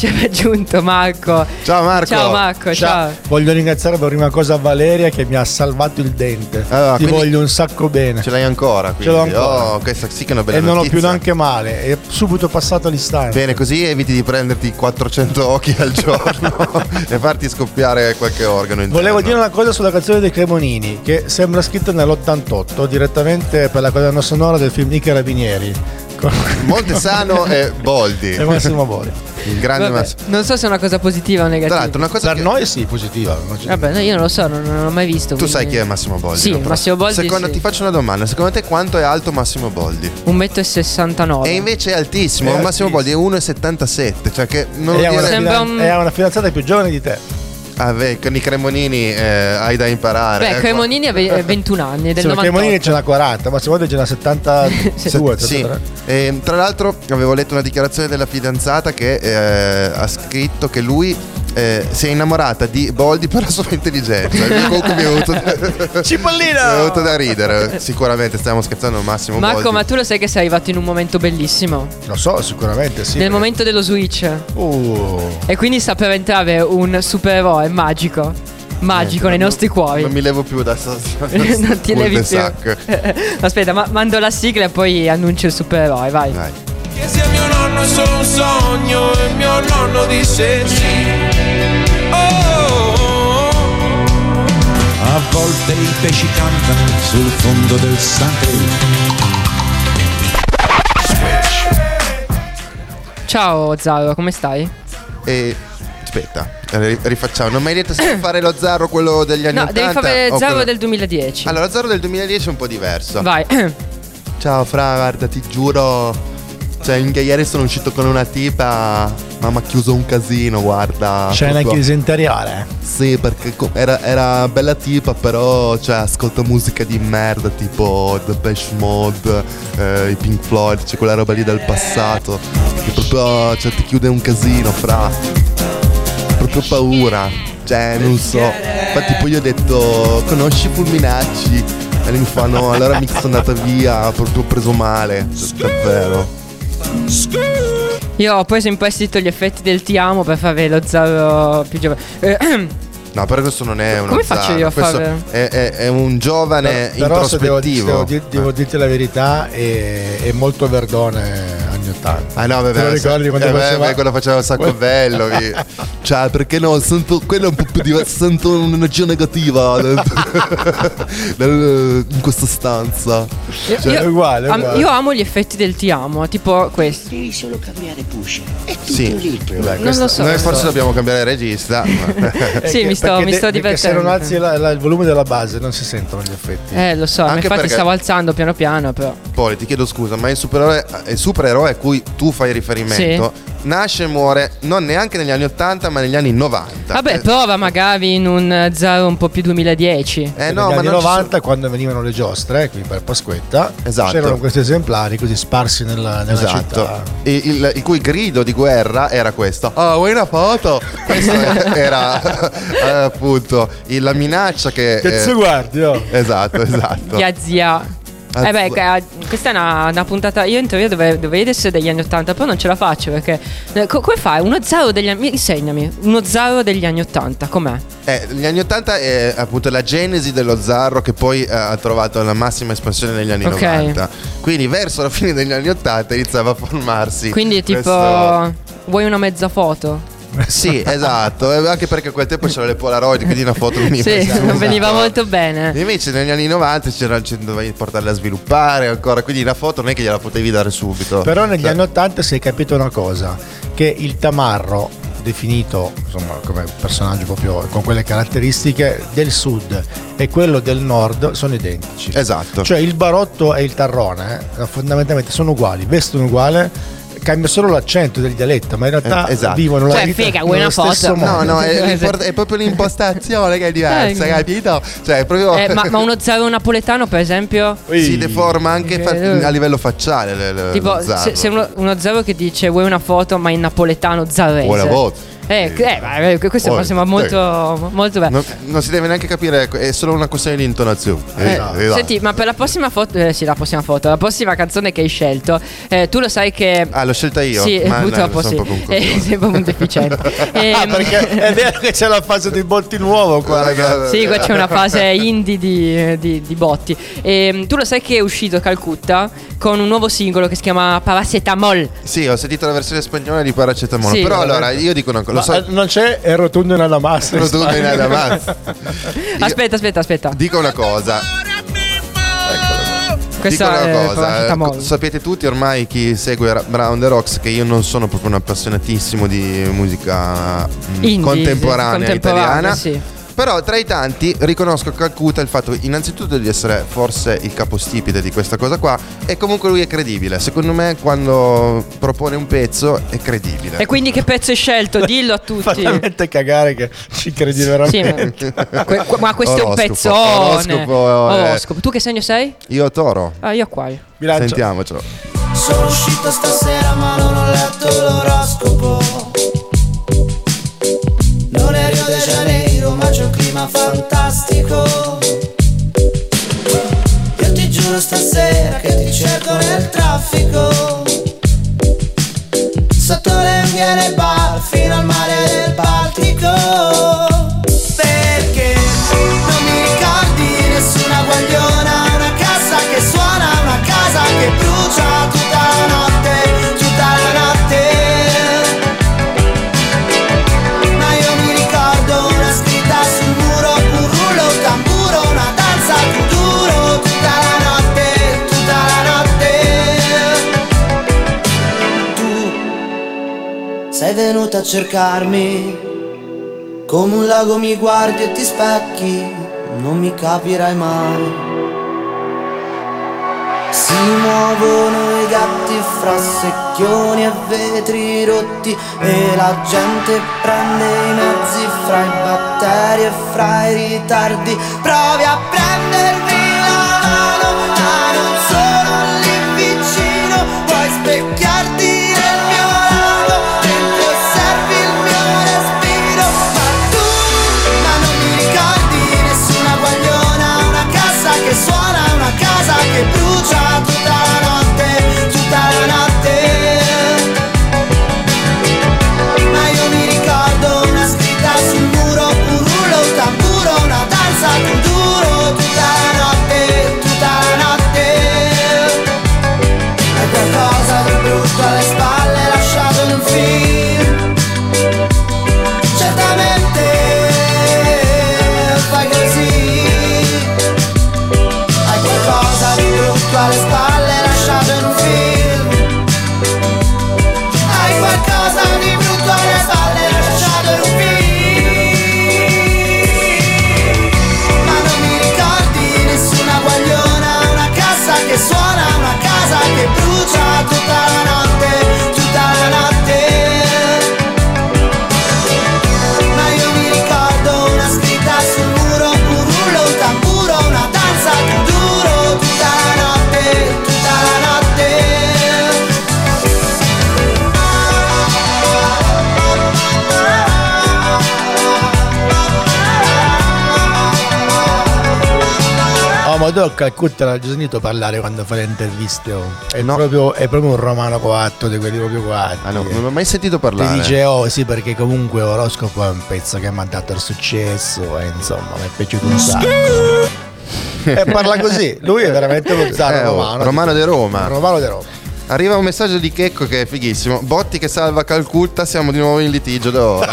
Marco. Ciao Marco. Ciao. Voglio ringraziare per prima cosa Valeria che mi ha salvato il dente. Ti voglio un sacco bene. Ce l'hai ancora? Quindi. Ce l'ho ancora. Oh, questa sì che è una bella e non notizia. ho più neanche male. È subito passato all'istante. Bene, così eviti di prenderti 400 occhi al giorno e farti scoppiare qualche organo interno. Volevo dire una cosa sulla canzone dei Cremonini, che sembra scritta nell'88 direttamente per la colonna sonora del film I Carabinieri. Montesano e Boldi. E Massimo Boldi. Il grande Massimo. Non so se è una cosa positiva o negativa. Tra l'altro, una cosa per noi sì, positiva. Vabbè, no, io non lo so, non l'ho mai visto. Tu sai chi è Massimo Boldi? Sì, Massimo Boldi. Ti faccio una domanda. Secondo te quanto è alto Massimo Boldi? 1,69 m. E invece è altissimo. Massimo Boldi è 1,77 m. Cioè che non lo dire. Sembra è una fidanzata più giovane di te. Con i Cremonini hai da imparare. Beh, Cremonini ha 21 anni, è del 98. Cremonini ce n'ha 40, ma se vuoi ce n'ha 72. Sì. Tra l'altro avevo letto una dichiarazione della fidanzata che ha scritto che lui si è innamorata di Boldi per la sua intelligenza. Comunque mi è venuto Cipollino! Mi è venuto da ridere. Sicuramente stiamo scherzando, Massimo Marco, Boldi. ma tu lo sai che sei arrivato in un momento bellissimo? Lo so, sicuramente sì. Nel momento dello Switch. E quindi sta per entrare un supereroe magico nei nostri cuori. Non mi levo più da non ti levi più. Aspetta, mando la sigla e poi annuncio il supereroe, vai. Che sia mio nonno è solo un sogno e mio nonno dice sì. Oh, volte i pesci cantano sul fondo del Sante. Ciao Zaro, come stai? Aspetta, rifacciamo. Non mi hai detto se fare lo Zarro quello degli anni 80? No, devi fare Zaro del 2010. Allora, lo Zarro del 2010 è un po' diverso. Vai. Ciao Fra, guarda, ti giuro, cioè anche ieri sono uscito con una tipa, ma mi ha chiuso un casino, guarda. C'è una chiesa interiore? Sì, perché era bella tipa, però cioè ascolta musica di merda tipo Depeche Mode, i Pink Floyd, c'è quella roba lì del passato che proprio cioè, ti chiude un casino, Fra. Proprio paura, cioè non so. Infatti poi io ho detto, conosci Fulminacci? E mi fanno, allora mi sono andata via, proprio preso male, davvero. Io ho preso in prestito gli effetti del ti amo per fare lo Zaro più giovane. No, però questo non è uno Come Zarro. faccio io a Questo fare? è un giovane però se introspettivo. devo dirti la verità, è molto Verdone anni 80. Ah no, vabbè, te lo ricordi quando faceva un sacco bello. Cioè, perché no? Sento, quello è un po' più diverso. Sento un'energia negativa in questa stanza. Cioè, è uguale. Io amo gli effetti del ti amo, tipo questi. Devi solo cambiare push. È tutto Sì. lì il problema. Non lo so. Noi forse dobbiamo cambiare regista. Sì, mi sto Perché divertendo. se non alzi il volume della base non si sentono gli effetti. Lo so, Anche infatti perché- stavo alzando piano piano, però. Poi ti chiedo scusa, ma il supereroe a cui tu fai riferimento nasce e muore non neanche negli anni 80 ma negli anni 90. Vabbè, prova magari in un Zaro un po' più 2010. No, negli ma anni non ci 90 quando venivano le giostre qui per Pasquetta, Esatto. c'erano questi esemplari così sparsi nella Esatto. città. Il cui grido di guerra era questo. Oh, vuoi una foto? Questa era appunto la minaccia che Cazzo guardi, oh. Esatto. Zia zia. Questa è una puntata. Io in teoria dovrei essere degli anni 80, però non ce la faccio perché. Come fai? Uno Zaro degli anni. Insegnami. Uno Zaro degli anni 80, com'è? Gli anni 80 è appunto la genesi dello Zarro che poi ha trovato la massima espansione negli anni 90. Quindi verso la fine degli anni 80 iniziava a formarsi. Quindi tipo. Vuoi una mezza foto? Sì, esatto. Anche perché a quel tempo c'erano le Polaroid, quindi una foto veniva. Sì, non veniva molto bene. Invece negli anni 90 dovevi portarle a sviluppare ancora, quindi la foto non è che gliela potevi dare subito. Però negli anni 80 si è capito una cosa, che il tamarro definito insomma come personaggio proprio con quelle caratteristiche del sud e quello del nord sono identici. Esatto. Cioè il barotto e il tarrone fondamentalmente sono uguali, vestono uguale, cambia solo l'accento del dialetto, ma in realtà esatto. vivono la Cioè, vita figa, vuoi nello una foto? stesso modo. No, è proprio l'impostazione che è diversa, capito? Cioè, è proprio Ma uno Zaro napoletano, per esempio, si deforma anche a livello facciale. tipo se uno Zaro che dice vuoi una foto, ma in napoletano zarese. Vuoi la foto? Questo mi sembra molto bello. Non si deve neanche capire, è solo una questione di intonazione. Senti, ma per la prossima foto, sì, la prossima canzone che hai scelto, tu lo sai che. Ah, l'ho scelta io? Sì, Ma purtroppo sono sì. proprio un Sei proprio un deficiente. Perché è vero che c'è la fase di botti nuovo qua, ragazzi. Sì, qua c'è una fase indie di botti. Tu lo sai che è uscito Calcutta con un nuovo singolo che si chiama Paracetamol. Sì, ho sentito la versione spagnola di Paracetamol. Sì, però allora io dico una cosa. Non c'è il rotondo in adamas. Rotondo in adamas. Aspetta. Dico una cosa. Questa Dico è una cosa, Paracetamol. sapete tutti ormai chi segue Brown the Rocks che io non sono proprio un appassionatissimo di musica Indie, contemporanea italiana. sì. Però tra i tanti riconosco a Calcutta il fatto innanzitutto di essere forse il capostipite di questa cosa qua e comunque lui è credibile. Secondo me quando propone un pezzo è credibile. E quindi che pezzo hai scelto? Dillo a tutti. Fatamente cagare che ci credi veramente. Sì, ma questo è un pezzone. Oroscopo. Tu che segno sei? Io Toro. Ah, io Acquario. Bilancia. Sentiamocelo. Sono uscito stasera ma non ho letto l'oroscopo. Non è Rio de Janeiro ma c'è un clima fantastico. Io ti giuro stasera che ti cerco nel traffico. Sotto le unghie nei bar fino al mare del Baltico. Perché non mi ricordi nessuna guagliona. Una casa che suona, una casa che brucia tutta la notte, tutta la notte. Ma io mi ricordo una scritta sul muro, un rullo, un tamburo venuta a cercarmi, come un lago mi guardi e ti specchi, non mi capirai mai. Si muovono i gatti fra secchioni e vetri rotti, e la gente prende i mezzi fra i batteri e fra i ritardi. Provi a prendermi la mano, ma non sono lì vicino. Puoi specchiarti nel mio lago, mentre osservi il mio respiro. Ma non mi ricordi nessuna guagliona, una cassa che suona, una casa che brucia tutta la notte, tutta la notte. Ma io mi ricordo una scritta sul muro, un rullo, un tamburo, una danza duro, tutta la notte, tutta la notte. Hai qualcosa di brutto alle spalle lasciato in un film, certamente fai così. Hai qualcosa di brutto alle spalle lasciato in un film, hai qualcosa di brutto alle spalle lasciato in un film. Ma non mi ricordi nessuna guagliona, una cassa che suona, una casa che brucia tutta la notte, tutta la notte. Ma io mi ricordo una scritta sul muro, un rullo, un tamburo, una danza duro, tutta la notte, tutta la notte. Oh, ma tu a Calcutta l'hai già sentito parlare quando fa le interviste? Oh. È proprio un romano coatto, di quelli proprio coatti. Ah no, non ho mai sentito parlare. Ti dice sì, perché comunque Oroscopo è un pezzo che mi ha dato il successo e insomma mi è piaciuto un sacco. E parla così, lui è veramente lo zar romano. Romano di Roma. Romano di Roma. Arriva un messaggio di Checco che è fighissimo. Botti che salva Calcutta, siamo di nuovo in litigio da ora.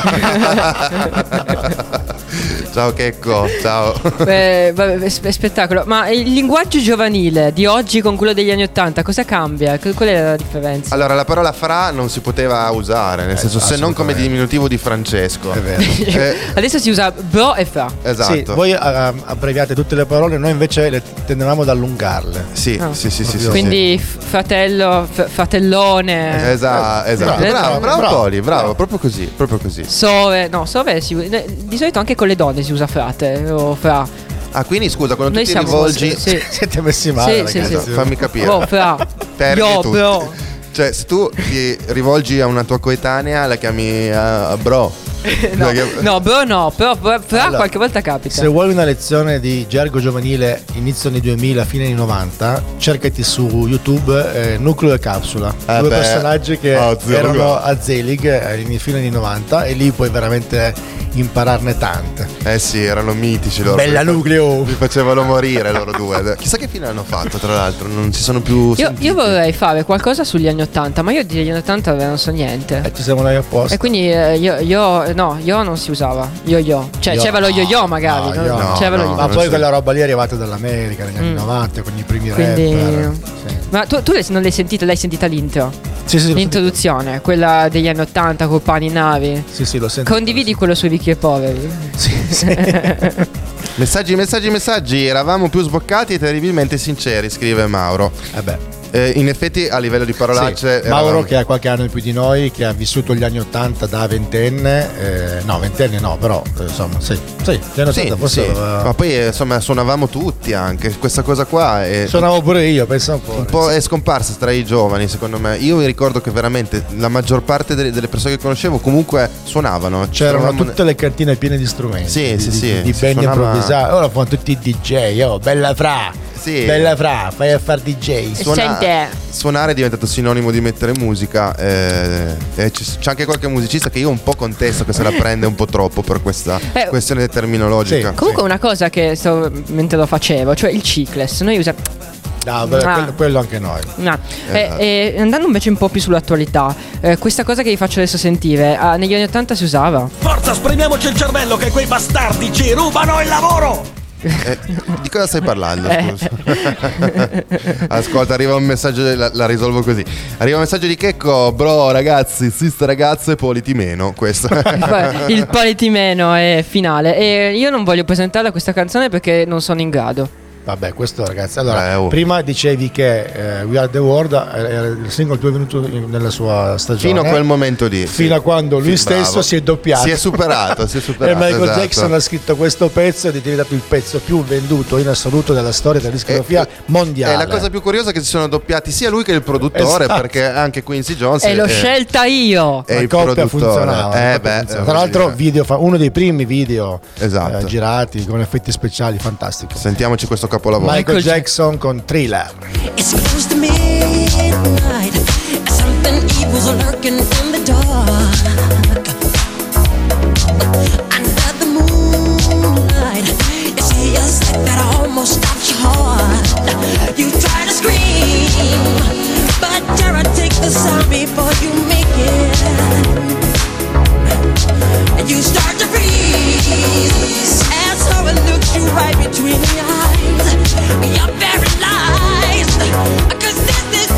Ciao Checco, ciao. Spettacolo. Ma il linguaggio giovanile di oggi con quello degli anni '80 cosa cambia? Qual è la differenza? Allora, la parola fra non si poteva usare, nel senso, se non come diminutivo di Francesco. È vero. Adesso si usa bro e fra. Esatto. Sì, voi abbreviate tutte le parole, noi invece tendevamo ad allungarle. Sì, sì. Quindi fratello, fratellone. Esatto. Bravo Poli, bravo, proprio così. Sove di solito anche con le donne si usa frate o fra. Ah, quindi scusa, quando noi tu ti rivolgi siete messi male, sì, ragazzi. Fammi capire. Fra. Io, bro. Cioè, se tu ti rivolgi a una tua coetanea, la chiami bro. No, bro no, però fra qualche volta capita. Se vuoi una lezione di gergo giovanile inizio anni 2000, fine anni 90, cercati su YouTube Nucleo e Capsula, due personaggi che erano a Zelig fine anni 90, e lì puoi veramente impararne tante. Sì, erano mitici loro. Bella Nucleo! Mi facevano morire loro due. Chissà che fine hanno fatto, tra l'altro, non si sono più io vorrei fare qualcosa sugli anni 80, ma io degli anni 80 non so niente. Ci siamo noi apposta. E quindi io non si usava. Cioè c'era lo yo-yo magari. Ma poi quella roba lì è arrivata dall'America negli anni 90 con i primi rapper. Sì. Ma tu non l'hai sentita? L'hai sentita l'intro? Sì, l'introduzione, quella degli anni 80 con pani navi. Sì, lo sento. Condividi quello sui ricchi e poveri. Sì. Messaggi. Eravamo più sboccati e terribilmente sinceri, scrive Mauro. In effetti a livello di parolacce Mauro che ha qualche anno in più di noi, che ha vissuto gli anni 80 da ventenne, però insomma sì, gli anni 80 forse ma poi insomma suonavamo tutti anche, questa cosa qua suonavo pure io, pensa un po'. È scomparsa tra i giovani, secondo me. Io mi ricordo che veramente la maggior parte delle persone che conoscevo comunque suonavano, c'erano tutte le cantine piene di strumenti, di band improvvisati. Ora fanno tutti i DJ, bella fra. Sì. Bella fra, fai a far DJ. Suonare è diventato sinonimo di mettere musica. C'è anche qualche musicista che io un po' contesto, che se la prende un po' troppo per questa questione terminologica. Comunque una cosa che mentre lo facevo, cioè il cicless, noi usiamo. Quello anche noi. Andando invece un po' più sull'attualità, questa cosa che vi faccio adesso sentire, negli anni 80 si usava. Forza, spremiamoci il cervello che quei bastardi ci rubano il lavoro! Di cosa stai parlando? Scusa. Ascolta, arriva un messaggio, la risolvo così. Arriva un messaggio di Checco: bro, ragazzi, siste ragazzo e politi meno. Questo il politi meno è finale. E io non voglio presentarla questa canzone perché non sono in grado. Vabbè, questo ragazzi, allora prima dicevi che We Are The World era il singolo più venuto nella sua stagione fino a quel momento lì, fino a quando lui stesso si è doppiato, si è superato e Michael esatto. Jackson ha scritto questo pezzo ed è diventato il pezzo più venduto in assoluto della storia della discografia mondiale. E la cosa più curiosa è che si sono doppiati sia lui che il produttore, esatto. perché anche Quincy Jones e l'ho scelta io, e il coppia produttore funzionava. Tra l'altro uno dei primi video girati con effetti speciali fantastico. Sentiamoci questo capolavoro. Michael Jackson con Thriller. It's close to midnight. Something evil's lurking in the dark. Under the moonlight, you see a sight that almost stops your heart. You try to scream, but terror takes the sound before you make it. And you start to freeze as horror looks you right between the eyes. You're paralyzed, 'cause this is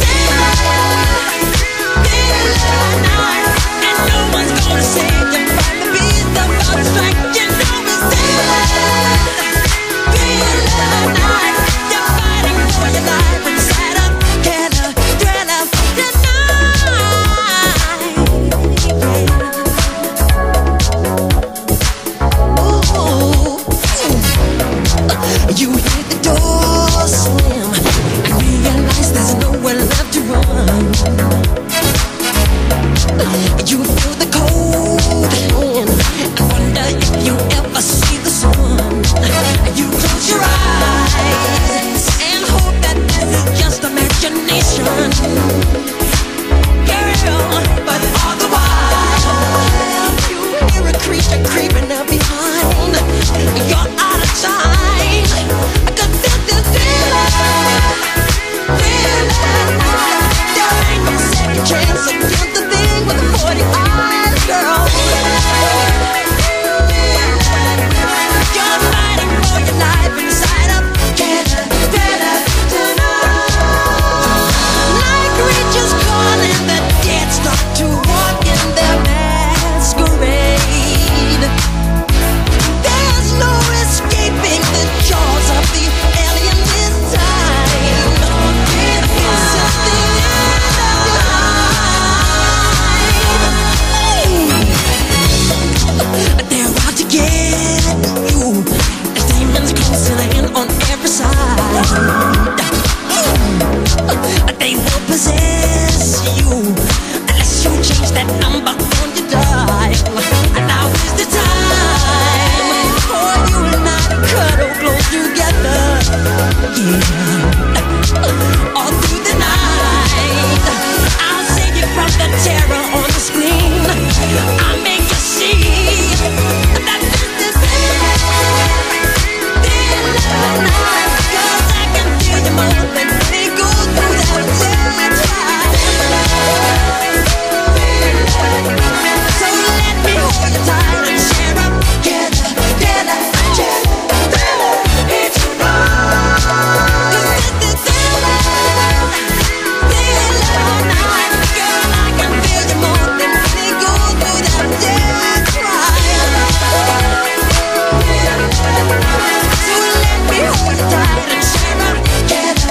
night, and no one's gonna save you from the beast about to strike. You know it's night. You're fighting for your life inside of Thriller tonight. Ooh. You hear the door slam and realize there's nowhere left to run. You feel the cold hand and wonder if you ever see the sun. You close your eyes and hope that this is just imagination, girl. But all the while you hear a creature creeping up behind. You're out of time. Chance against the thing with the 40 eyes, girl. You're fighting for your life inside of Thriller tonight. Like creatures calling, the dead start to walk in their masquerade. There's no escaping the jaws of the alien this time. This is the they're out to get you. The demons closing in on every side. They will possess you unless you change that number on your dial. And now is the time for you and I to cuddle close together. Yeah. All through the night, I'll save you from the terror on the screen. I'll make you see that this is Thriller night. 'Cause I can feel you more than they go through that dead time. So let me hold you tight and share up together. Thriller, it's wrong. 'Cause this is Thriller night. Girl, I can feel you more than they go through that dead trial. So let me hold you tight and share up together.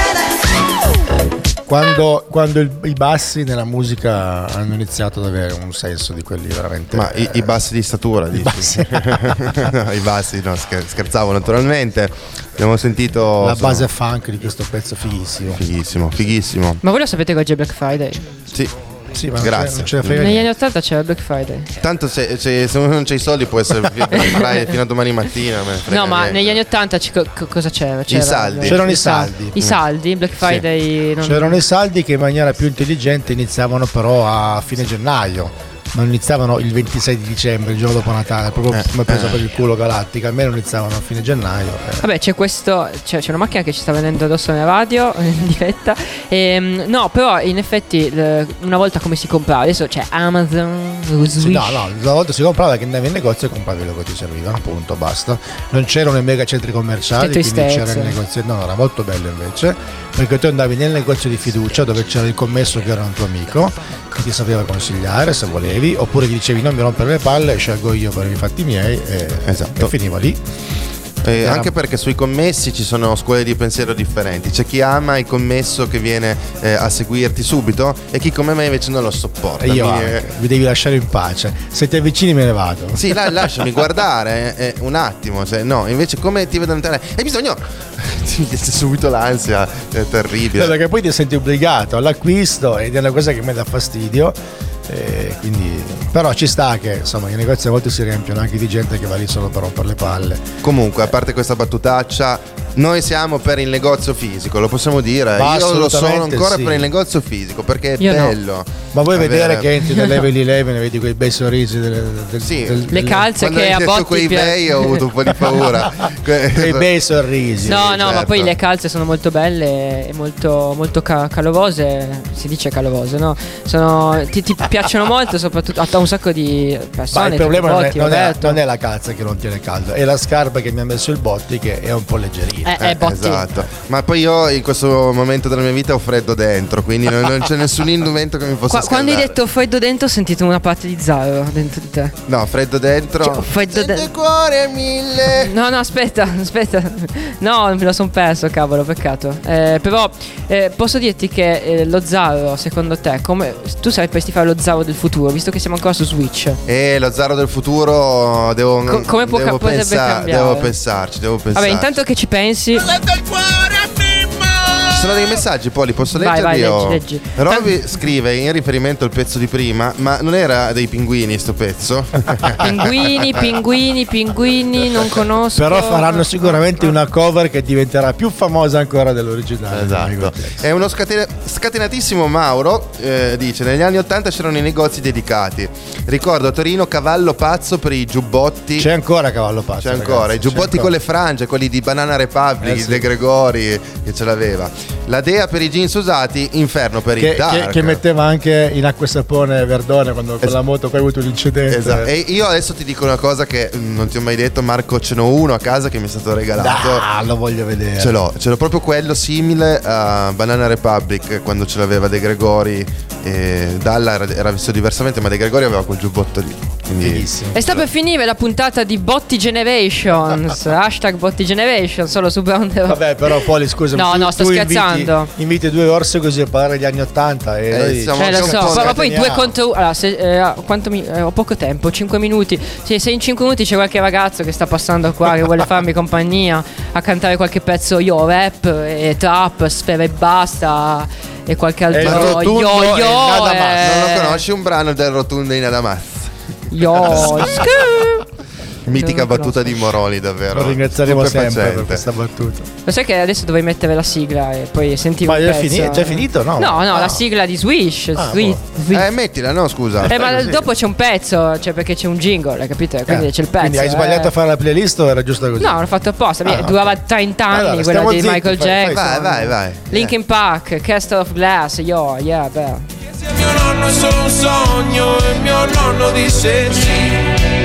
Quando i bassi nella musica hanno iniziato ad avere un senso di quelli veramente. Ma i bassi di statura, dici? No, i bassi, no, scherzavo naturalmente. Abbiamo sentito la base funk di questo pezzo fighissimo. Fighissimo. Ma voi lo sapete che oggi è Black Friday? Sì, ma grazie. Non ce ne frega Negli niente. anni 80 c'era Black Friday. Tanto se uno non c'è i soldi può essere fino a domani mattina. Me ne frega No, ma niente. negli anni 80 cosa c'era? I saldi. C'erano i saldi. I saldi, Black Friday. C'erano i saldi che in maniera più intelligente iniziavano però a fine gennaio. ma non iniziavano il 26 di dicembre, il giorno dopo Natale, proprio come preso per il culo Galattica, almeno iniziavano a fine gennaio. Vabbè, c'è una macchina che ci sta venendo addosso nella radio in diretta. No, però in effetti una volta come si comprava, adesso c'è Amazon, Sì, no, una volta si comprava che andavi in negozio e compravi quello che ti serviva, appunto, basta. Non c'erano i mega centri commerciali, quindi c'era il negozio, no, era molto bello invece, perché tu andavi nel negozio di fiducia dove c'era il commesso che era un tuo amico, che ti sapeva consigliare se volevi, oppure gli dicevi non mi rompere le palle, scelgo io per i fatti miei e finiva lì. Anche perché sui commessi ci sono scuole di pensiero differenti. C'è chi ama il commesso che viene a seguirti subito e chi come me invece non lo sopporta. Vi devi lasciare in pace. Se ti avvicini me ne vado. Sì, lasciami guardare un attimo. No, invece come ti vedo entrare, hai bisogno. Ti viene subito l'ansia, è terribile. Perché poi ti senti obbligato all'acquisto ed è una cosa che mi dà fastidio. Quindi, però ci sta che insomma i negozi a volte si riempiono anche di gente che va lì solo per rompere le palle. Comunque, a parte questa battutaccia, noi siamo per il negozio fisico, lo possiamo dire. Io lo sono ancora per il negozio fisico perché è bello. Ma vuoi vedere che entri nel level 11 e vedi quei bei sorrisi le calze quando che a botti quei bei ho avuto un po' di paura. Quei bei sorrisi. No, certo. ma poi le calze sono molto belle e molto calorose. Si dice calorose, no? Ti piacciono molto, soprattutto a un sacco di persone. Ma il problema non è la calza che non tiene caldo, è la scarpa che mi ha messo il Botti che è un po' leggerina. Esatto. Ma poi io in questo momento della mia vita ho freddo dentro, quindi non c'è nessun indumento che mi possa scaldare. Quando hai detto freddo dentro ho sentito una parte di Zaro dentro di te. No, freddo dentro. Freddo cuore a 1000. No, aspetta. No, me lo son perso, cavolo, peccato. Però posso dirti che lo Zaro, secondo te, come tu sapresti fare lo Zaro del futuro, visto che siamo ancora su Switch? Lo Zaro del futuro come potrebbe cambiare? Devo pensarci. Vabbè, intanto che ci pensi. Ci sono dei messaggi, poi li posso leggerli? Vai, leggi. Roby scrive in riferimento al pezzo di prima, ma non era dei pinguini sto pezzo? Pinguini, non conosco. Però faranno sicuramente una cover che diventerà più famosa ancora dell'originale. Esatto. È uno scatenatissimo Mauro, dice negli anni 80 c'erano i negozi dedicati. Ricordo a Torino Cavallo Pazzo per i giubbotti. C'è ancora Cavallo Pazzo. C'è ancora, ragazzi, i giubbotti con le frange, quelli di Banana Republic, sì. De Gregori che ce l'aveva. La Dea per i jeans usati, Inferno per i dark. Che metteva anche in acqua e sapone Verdone quando con la moto poi ha avuto l'incidente. Esatto. E io adesso ti dico una cosa che non ti ho mai detto, Marco, ce n'ho uno a casa che mi è stato regalato. Lo voglio vedere. Ce l'ho proprio quello simile a Banana Republic quando ce l'aveva De Gregori. Dalla era visto diversamente, ma De Gregori aveva quel giubbotto lì. Bellissimo. E sta per finire la puntata di Botti Generations. Hashtag Botti Generation, solo su Brown. Vabbè, però Poli, scusa. No, sto scherzando. Inviti 2 orse così a parlare degli anni 80 e lo so, ma poi 2 contro 1. Allora, ho poco tempo, 5 minuti. Se in 5 minuti c'è qualche ragazzo che sta passando qua che vuole farmi compagnia a cantare qualche pezzo rap e trap, sfera e basta e qualche altro Non lo conosci un brano del Rotundo in Adamaz? Mitica battuta di Moroni, davvero. Lo ringrazieremo sempre per questa battuta. Lo sai che adesso dovrei mettere la sigla e poi sentire un pezzo. Ma è già finito? No, la sigla di Swish. Mettila, no, scusa. Ma dopo c'è un pezzo, cioè perché c'è un jingle, hai capito? Quindi c'è il pezzo. Quindi hai sbagliato a fare la playlist o era giusto così? No, l'ho fatto apposta. Durava 30 anni quella di Michael Jackson. Vai. Linkin Park, Castle of Glass. Beh. Mio nonno è solo un sogno e mio nonno disse sì.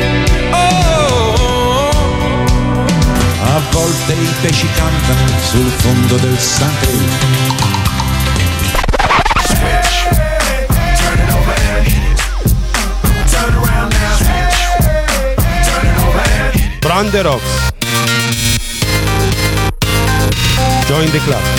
A volte i pesci cantano sul fondo del Sante. Brand the Rocks. Join the club.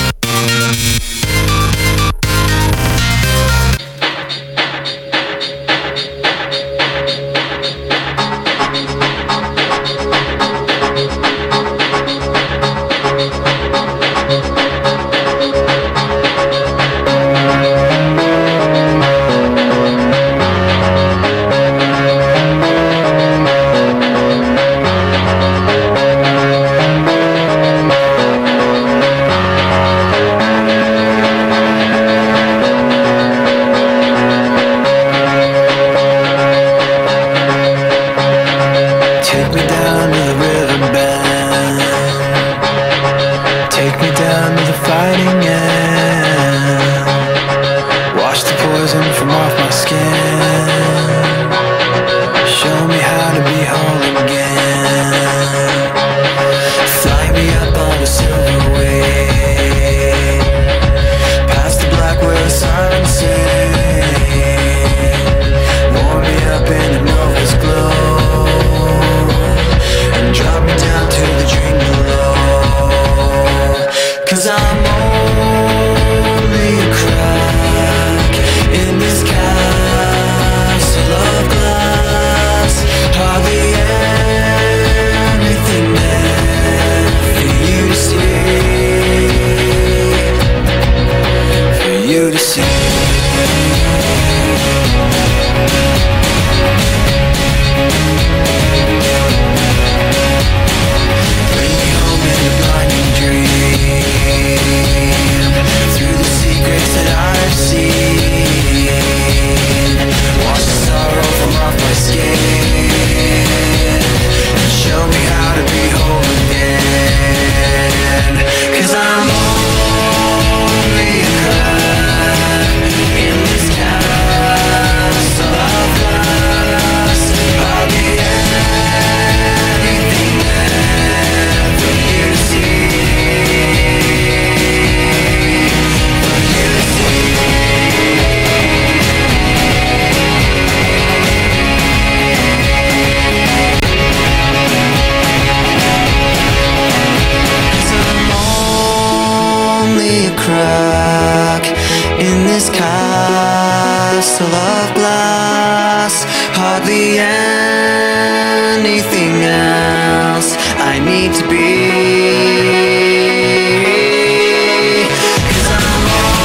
Take me down to the river bend. Take me down to the fighting end. Wash the poison from off my skin. Show me how to be whole again. Fly me up on a silver wave, past the black where the silence sing. Warm me up in the Nova's glow, and drop me down to the dream below. 'Cause I'm only a crack in this castle of glass. Hardly anything there for you to see, for you to see. Bring me home in a blinding dream, through the secrets that I've seen. Wash the sorrow from off my skin, and show me how to be whole again. 'Cause I'm only a crack in this castle of glass. Hardly anything there for you to see, for you to see. Only a crack in this castle of glass. Hardly anything else I need to be. 'Cause I'm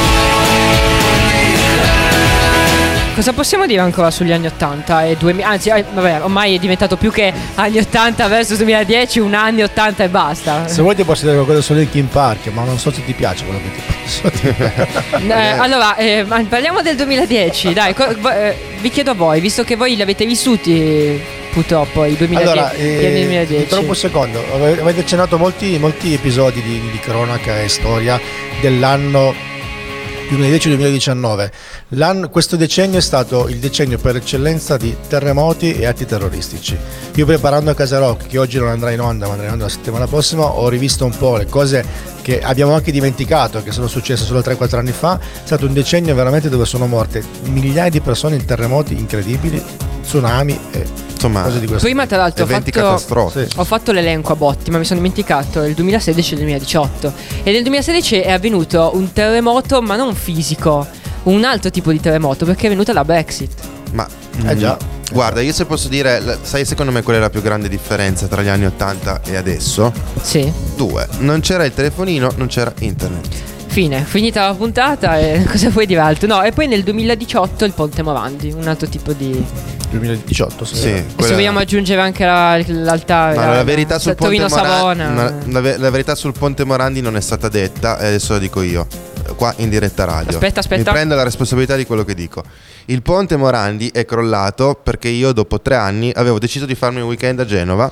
only a crack. Cosa possiamo dire ancora sugli anni 80 e 2000? Anzi, vabbè, ormai è diventato più che anni 80 versus 2010, un anni 80 e basta. Se vuoi ti posso dire qualcosa su Linkin Park, ma non so se ti piace quello che ti posso dire. Allora, parliamo del 2010, dai, vi chiedo a voi, visto che voi li avete vissuti purtroppo i 2010, Allora, gli anni 2010. mi trovo un secondo, avete accennato molti episodi di cronaca e storia dell'anno 2010-2019. Questo decennio è stato il decennio per eccellenza di terremoti e atti terroristici. Io, preparando a Casa Rock, che oggi non andrà in onda ma andrà in onda la settimana prossima, ho rivisto un po' le cose che abbiamo anche dimenticato, che sono successe solo 3-4 anni fa. È stato un decennio veramente dove sono morte migliaia di persone in terremoti incredibili, tsunami e cose di questo. Prima, tra l'altro, catastrofici. ho fatto l'elenco a botti, ma mi sono dimenticato il 2016 e il 2018. E nel 2016 è avvenuto un terremoto, ma non fisico, un altro tipo di terremoto, perché è venuta la Brexit. Ma già. Guarda, io se posso dire, sai secondo me qual è la più grande differenza tra gli anni 80 e adesso? Sì. 2. Non c'era il telefonino, non c'era internet. Finita la puntata e cosa puoi dire altro? No, e poi nel 2018 il Ponte Morandi, un altro tipo di 2018, sì. Se vogliamo aggiungere anche l'altare. Ma la verità sul Ponte Morandi, la verità sul Ponte Morandi non è stata detta, e adesso lo dico io, qua in diretta radio. Aspetta. Mi prendo la responsabilità di quello che dico. Il Ponte Morandi è crollato perché io dopo 3 anni avevo deciso di farmi un weekend a Genova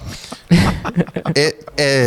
ed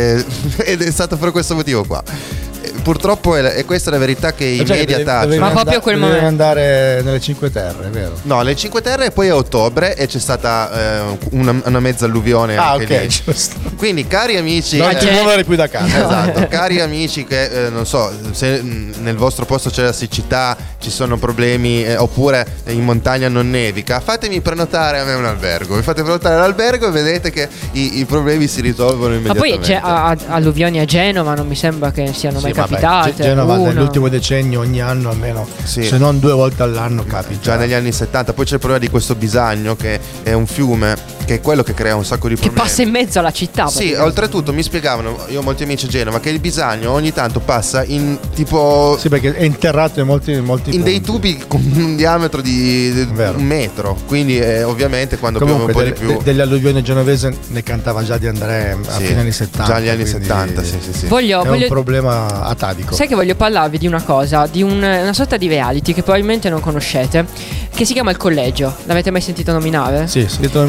è stato per questo motivo qua. Purtroppo è questa la verità che i media tacciono. Ma proprio quel momento. Devi andare nelle Cinque Terre, è vero? No, le Cinque Terre poi a ottobre e c'è stata una mezza alluvione anche lì. Giusto. Quindi, cari amici, non ti muovere qui da casa. Esatto, cari amici che non so se nel vostro posto c'è la siccità, ci sono problemi oppure in montagna non nevica, fatemi prenotare a me un albergo. Vi fate prenotare all'albergo e vedete che i problemi si risolvono immediatamente. Ma poi c'è alluvioni a Genova, non mi sembra che siano mai capitate. Genova nell'ultimo decennio ogni anno almeno, se non 2 volte all'anno capita. Già negli anni 70. Poi c'è il problema di questo Bisagno, che è un fiume, che è quello che crea un sacco di problemi, che passa in mezzo alla città. Sì, oltretutto mi spiegavano, io ho molti amici a Genova, che il Bisagno ogni tanto passa in tipo, sì, perché è interrato in molti in punti. dei tubi con un diametro di 1 metro. Quindi ovviamente quando piove un po' di più. Delle alluvioni genovese ne cantava già Di André a fine anni 70. Già agli anni 70, sì. Voglio un problema atavico. Sai che voglio parlarvi di una cosa, di una sorta di reality che probabilmente non conoscete, che si chiama Il Collegio. L'avete mai sentito nominare? Sì, sentito nominare, sì.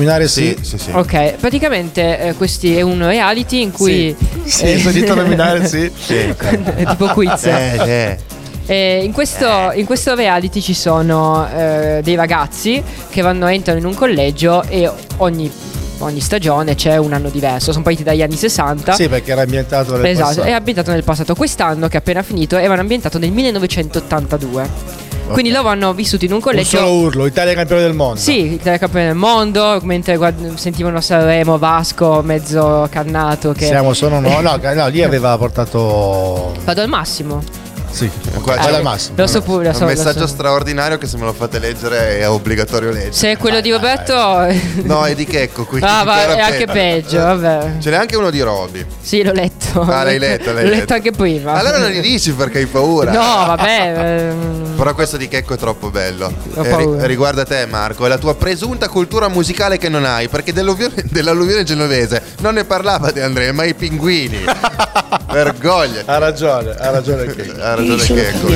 Sì. Ok, praticamente questi è un reality in cui Sì, sto dito a nominare, sì. tipo quiz. In questo reality ci sono dei ragazzi che entrano in un collegio e ogni stagione c'è un anno diverso. Sono partiti dagli anni 60. Sì, perché era ambientato nel passato. È ambientato nel passato. Quest'anno che è appena finito erano ambientato nel 1982. Quindi loro hanno vissuto in un collegio. Un solo urlo, Italia campione del mondo. Sì, Italia campione del mondo. Mentre sentivano Sanremo, Vasco mezzo cannato che... No, lì aveva portato... Vado al massimo. Sì, al massimo. Lo so pure. È un messaggio straordinario che se me lo fate leggere è obbligatorio leggere. Se è quello di Roberto. No, è di Checco. È anche peggio, vabbè. Ce n'è anche uno di Roby. Sì, l'ho letto. L'hai letto. L'ho letto anche prima. Allora non li dici perché hai paura. No, vabbè. Però questo di Checco è troppo bello. Ho paura. Riguarda te, Marco, è la tua presunta cultura musicale che non hai, perché dell'alluvione genovese non ne parlava De André, ma i pinguini. Vergogna. Ha ragione Checco.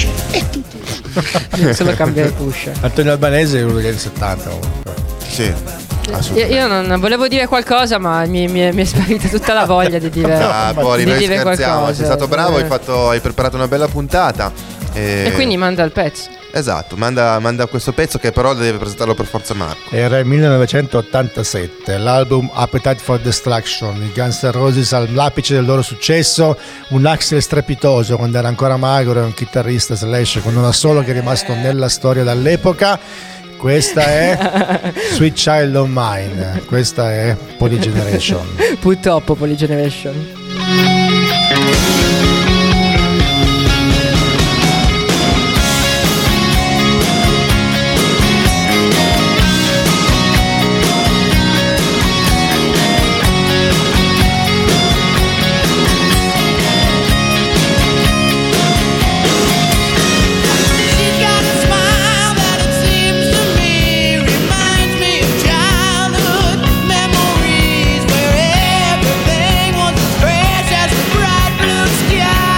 Solo cambiare puscia. Antonio Albanese è uno degli anni 70 comunque. Sì. Io non volevo dire qualcosa, ma mi è sparita tutta la voglia di dire, Poli, di noi dire scherziamo. qualcosa. Sei stato bravo, hai preparato una bella puntata. E quindi manda il pezzo. Esatto, manda questo pezzo che però deve presentarlo per forza Marco. Era il 1987, l'album Appetite for Destruction, i Guns N' Roses all'apice del loro successo, un Axl strepitoso quando era ancora magro e un chitarrista Slash con un assolo che è rimasto nella storia dall'epoca. Questa è Sweet Child of Mine, questa è Polygeneration. Purtroppo Polygeneration. Memories where everything was fresh as the bright blue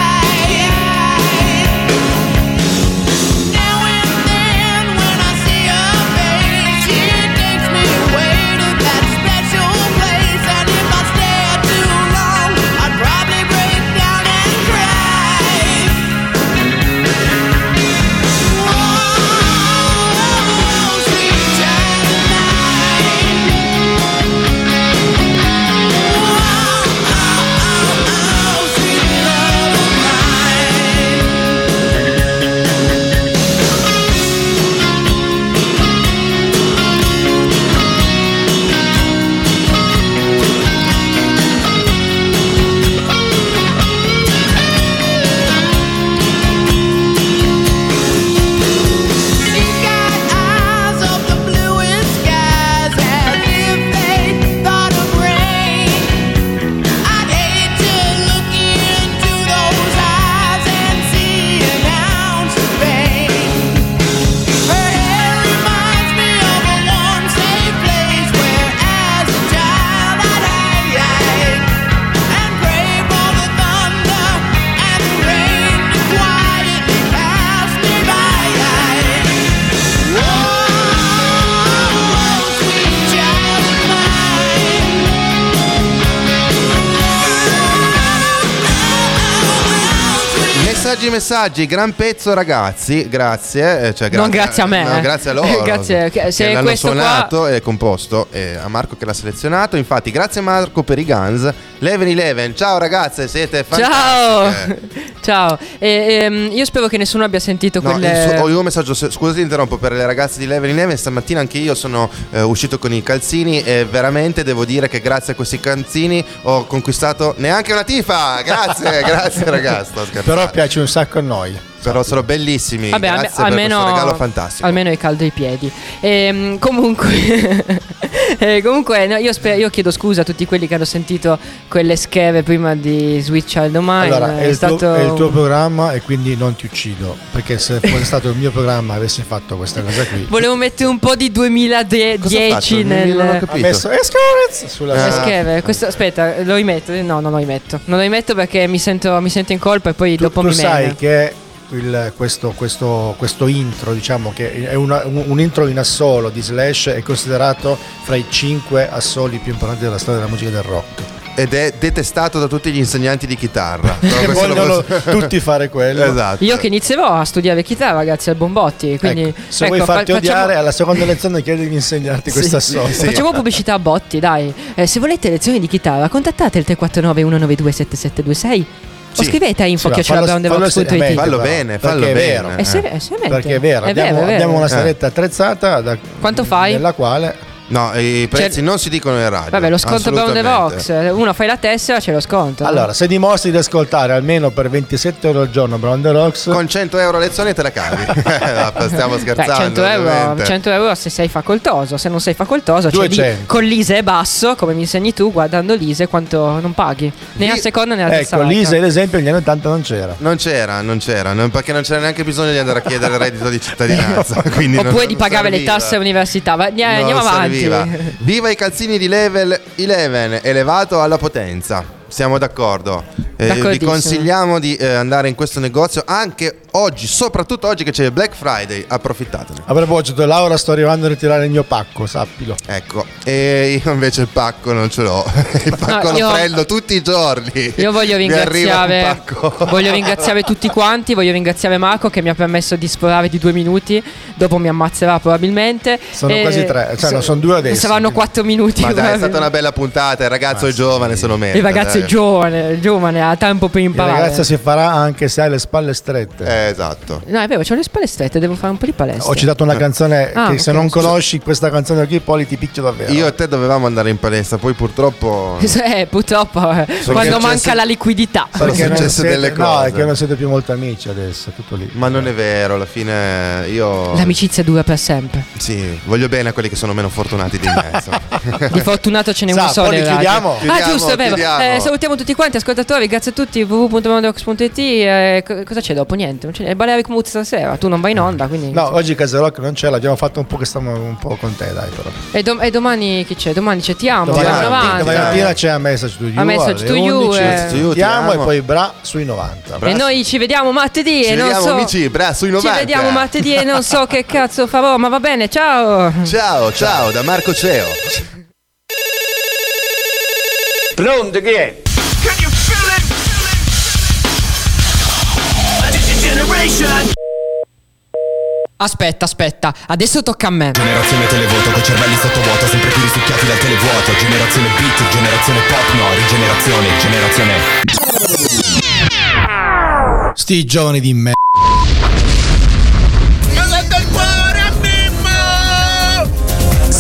Messaggi, gran pezzo ragazzi, grazie. Non grazie a me. No, grazie a loro. Grazie, che l'hanno suonato e composto, e a Marco che l'ha selezionato. Infatti, grazie Marco per i Guns. Eleven, ciao ragazze, siete fantastiche. Ciao. Io spero che nessuno abbia sentito quelle. Ho un messaggio, scusate interrompo, per le ragazze di Eleven. Stamattina anche io sono uscito con i calzini e veramente devo dire che grazie a questi calzini ho conquistato neanche una tifa. Grazie ragazzi. Però piace un sacco a noi. Però sono bellissimi. Vabbè, grazie almeno, per questo regalo fantastico. Almeno è caldo ai piedi. Comunque no, io chiedo scusa a tutti quelli che hanno sentito quelle schede prima di Sweet Child O' Mine. Allora, è il tuo programma e quindi non ti uccido, perché se fosse stato il mio programma avessi fatto questa cosa qui. Volevo mettere un po' di 2010 nel. Ha messo sulla schede. Aspetta, lo rimetto? No, non lo rimetto. Non lo rimetto perché mi sento in colpa e poi dopo mi sai che questo intro, diciamo che è un intro in assolo di Slash, è considerato fra i 5 assoli più importanti della storia della musica del rock. Ed è detestato da tutti gli insegnanti di chitarra. Che vogliono tutti fare quello. Esatto. Io che inizierò a studiare chitarra, ragazzi, al Bombotti. Quindi, se vuoi farti odiare, alla seconda lezione chiedi di insegnarti questa assolo. Facciamo pubblicità a botti, dai. Se volete lezioni di chitarra, contattate il 349 192 7726 o scrivete a info@browndevox.it. Fallo bene. Perché è vero. Abbiamo una saletta attrezzata. Quanto fai? Nella quale... No, i prezzi non si dicono in radio. Vabbè, lo sconto Brown the Vox. Uno fai la tessera, c'è lo sconto. Allora, se dimostri di ascoltare almeno per 27 euro al giorno Brown the Rocks, con 100 euro a lezione te la cavi. Stiamo scherzando. 100 euro se sei facoltoso. Se non sei facoltoso, con l'ISE è basso, come mi insegni tu, guardando l'ISE quanto non paghi. Né a seconda né a terza. Ecco, l'ISE l'esempio negli anni 80 non c'era. Non c'era, perché non c'era neanche bisogno di andare a chiedere il reddito di cittadinanza. Oppure di pagare le tasse all'università. Andiamo avanti. Viva i calzini di Level 11, elevato alla potenza. Siamo d'accordo. Vi consigliamo di andare in questo negozio anche oggi, soprattutto oggi che c'è il Black Friday. Approfittatene. A proposito, Laura, sto arrivando a ritirare il mio pacco, sappilo. Ecco, e io invece il pacco non ce l'ho. Il pacco lo prendo tutti i giorni. Io voglio ringraziare tutti quanti. Voglio ringraziare Marco che mi ha permesso di sforare di 2 minuti. Dopo mi ammazzerà probabilmente. Sono quasi 3, cioè no, sono 2 adesso. Saranno 4 minuti. Ma dai, è stata una bella puntata. Il ragazzo è giovane, se lo merita. Il ragazzo è giovane, ha tempo per imparare. Il ragazzo si farà anche se ha le spalle strette. Esatto. No, è vero, ho le spalle strette, devo fare un po' di palestra. Ho citato una canzone che se non conosci questa canzone qui, poi ti picchio davvero. Io e te dovevamo andare in palestra, poi purtroppo quando manca la liquidità. Perché sono successe delle cose. No, è che non siete più molto amici adesso, tutto lì. Ma non è vero, alla fine io... L'amicizia dura per sempre. Sì, voglio bene a quelli che sono meno fortunati di me. Di fortunato ce n'è uno solo. Chiudiamo. Giusto, è vero. Salutiamo tutti quanti, ascoltatori, grazie a tutti. www.browndevox.it. Cosa c'è dopo? Niente, non c'è. È Balearic Mood stasera, tu non vai in onda, quindi... No, oggi Caserock non c'è, l'abbiamo fatto un po' che stiamo un po' con te, dai, però. E domani chi c'è? Domani c'è Ti Amo, domani mattina c'è A Message to You, A Message to You, Ti Amo, e poi Bra sui 90. E noi ci vediamo martedì e non so... amici, Bra sui 90. Ci vediamo martedì e non so che cazzo farò, ma va bene, ciao. Ciao da Marco Ceo. Pronto, chi è? Aspetta, adesso tocca a me. Generazione televoto con cervelli sottovuoto, sempre più risucchiati dal televuoto. Generazione beat, generazione pop, no, generazione. Sti giovani di me.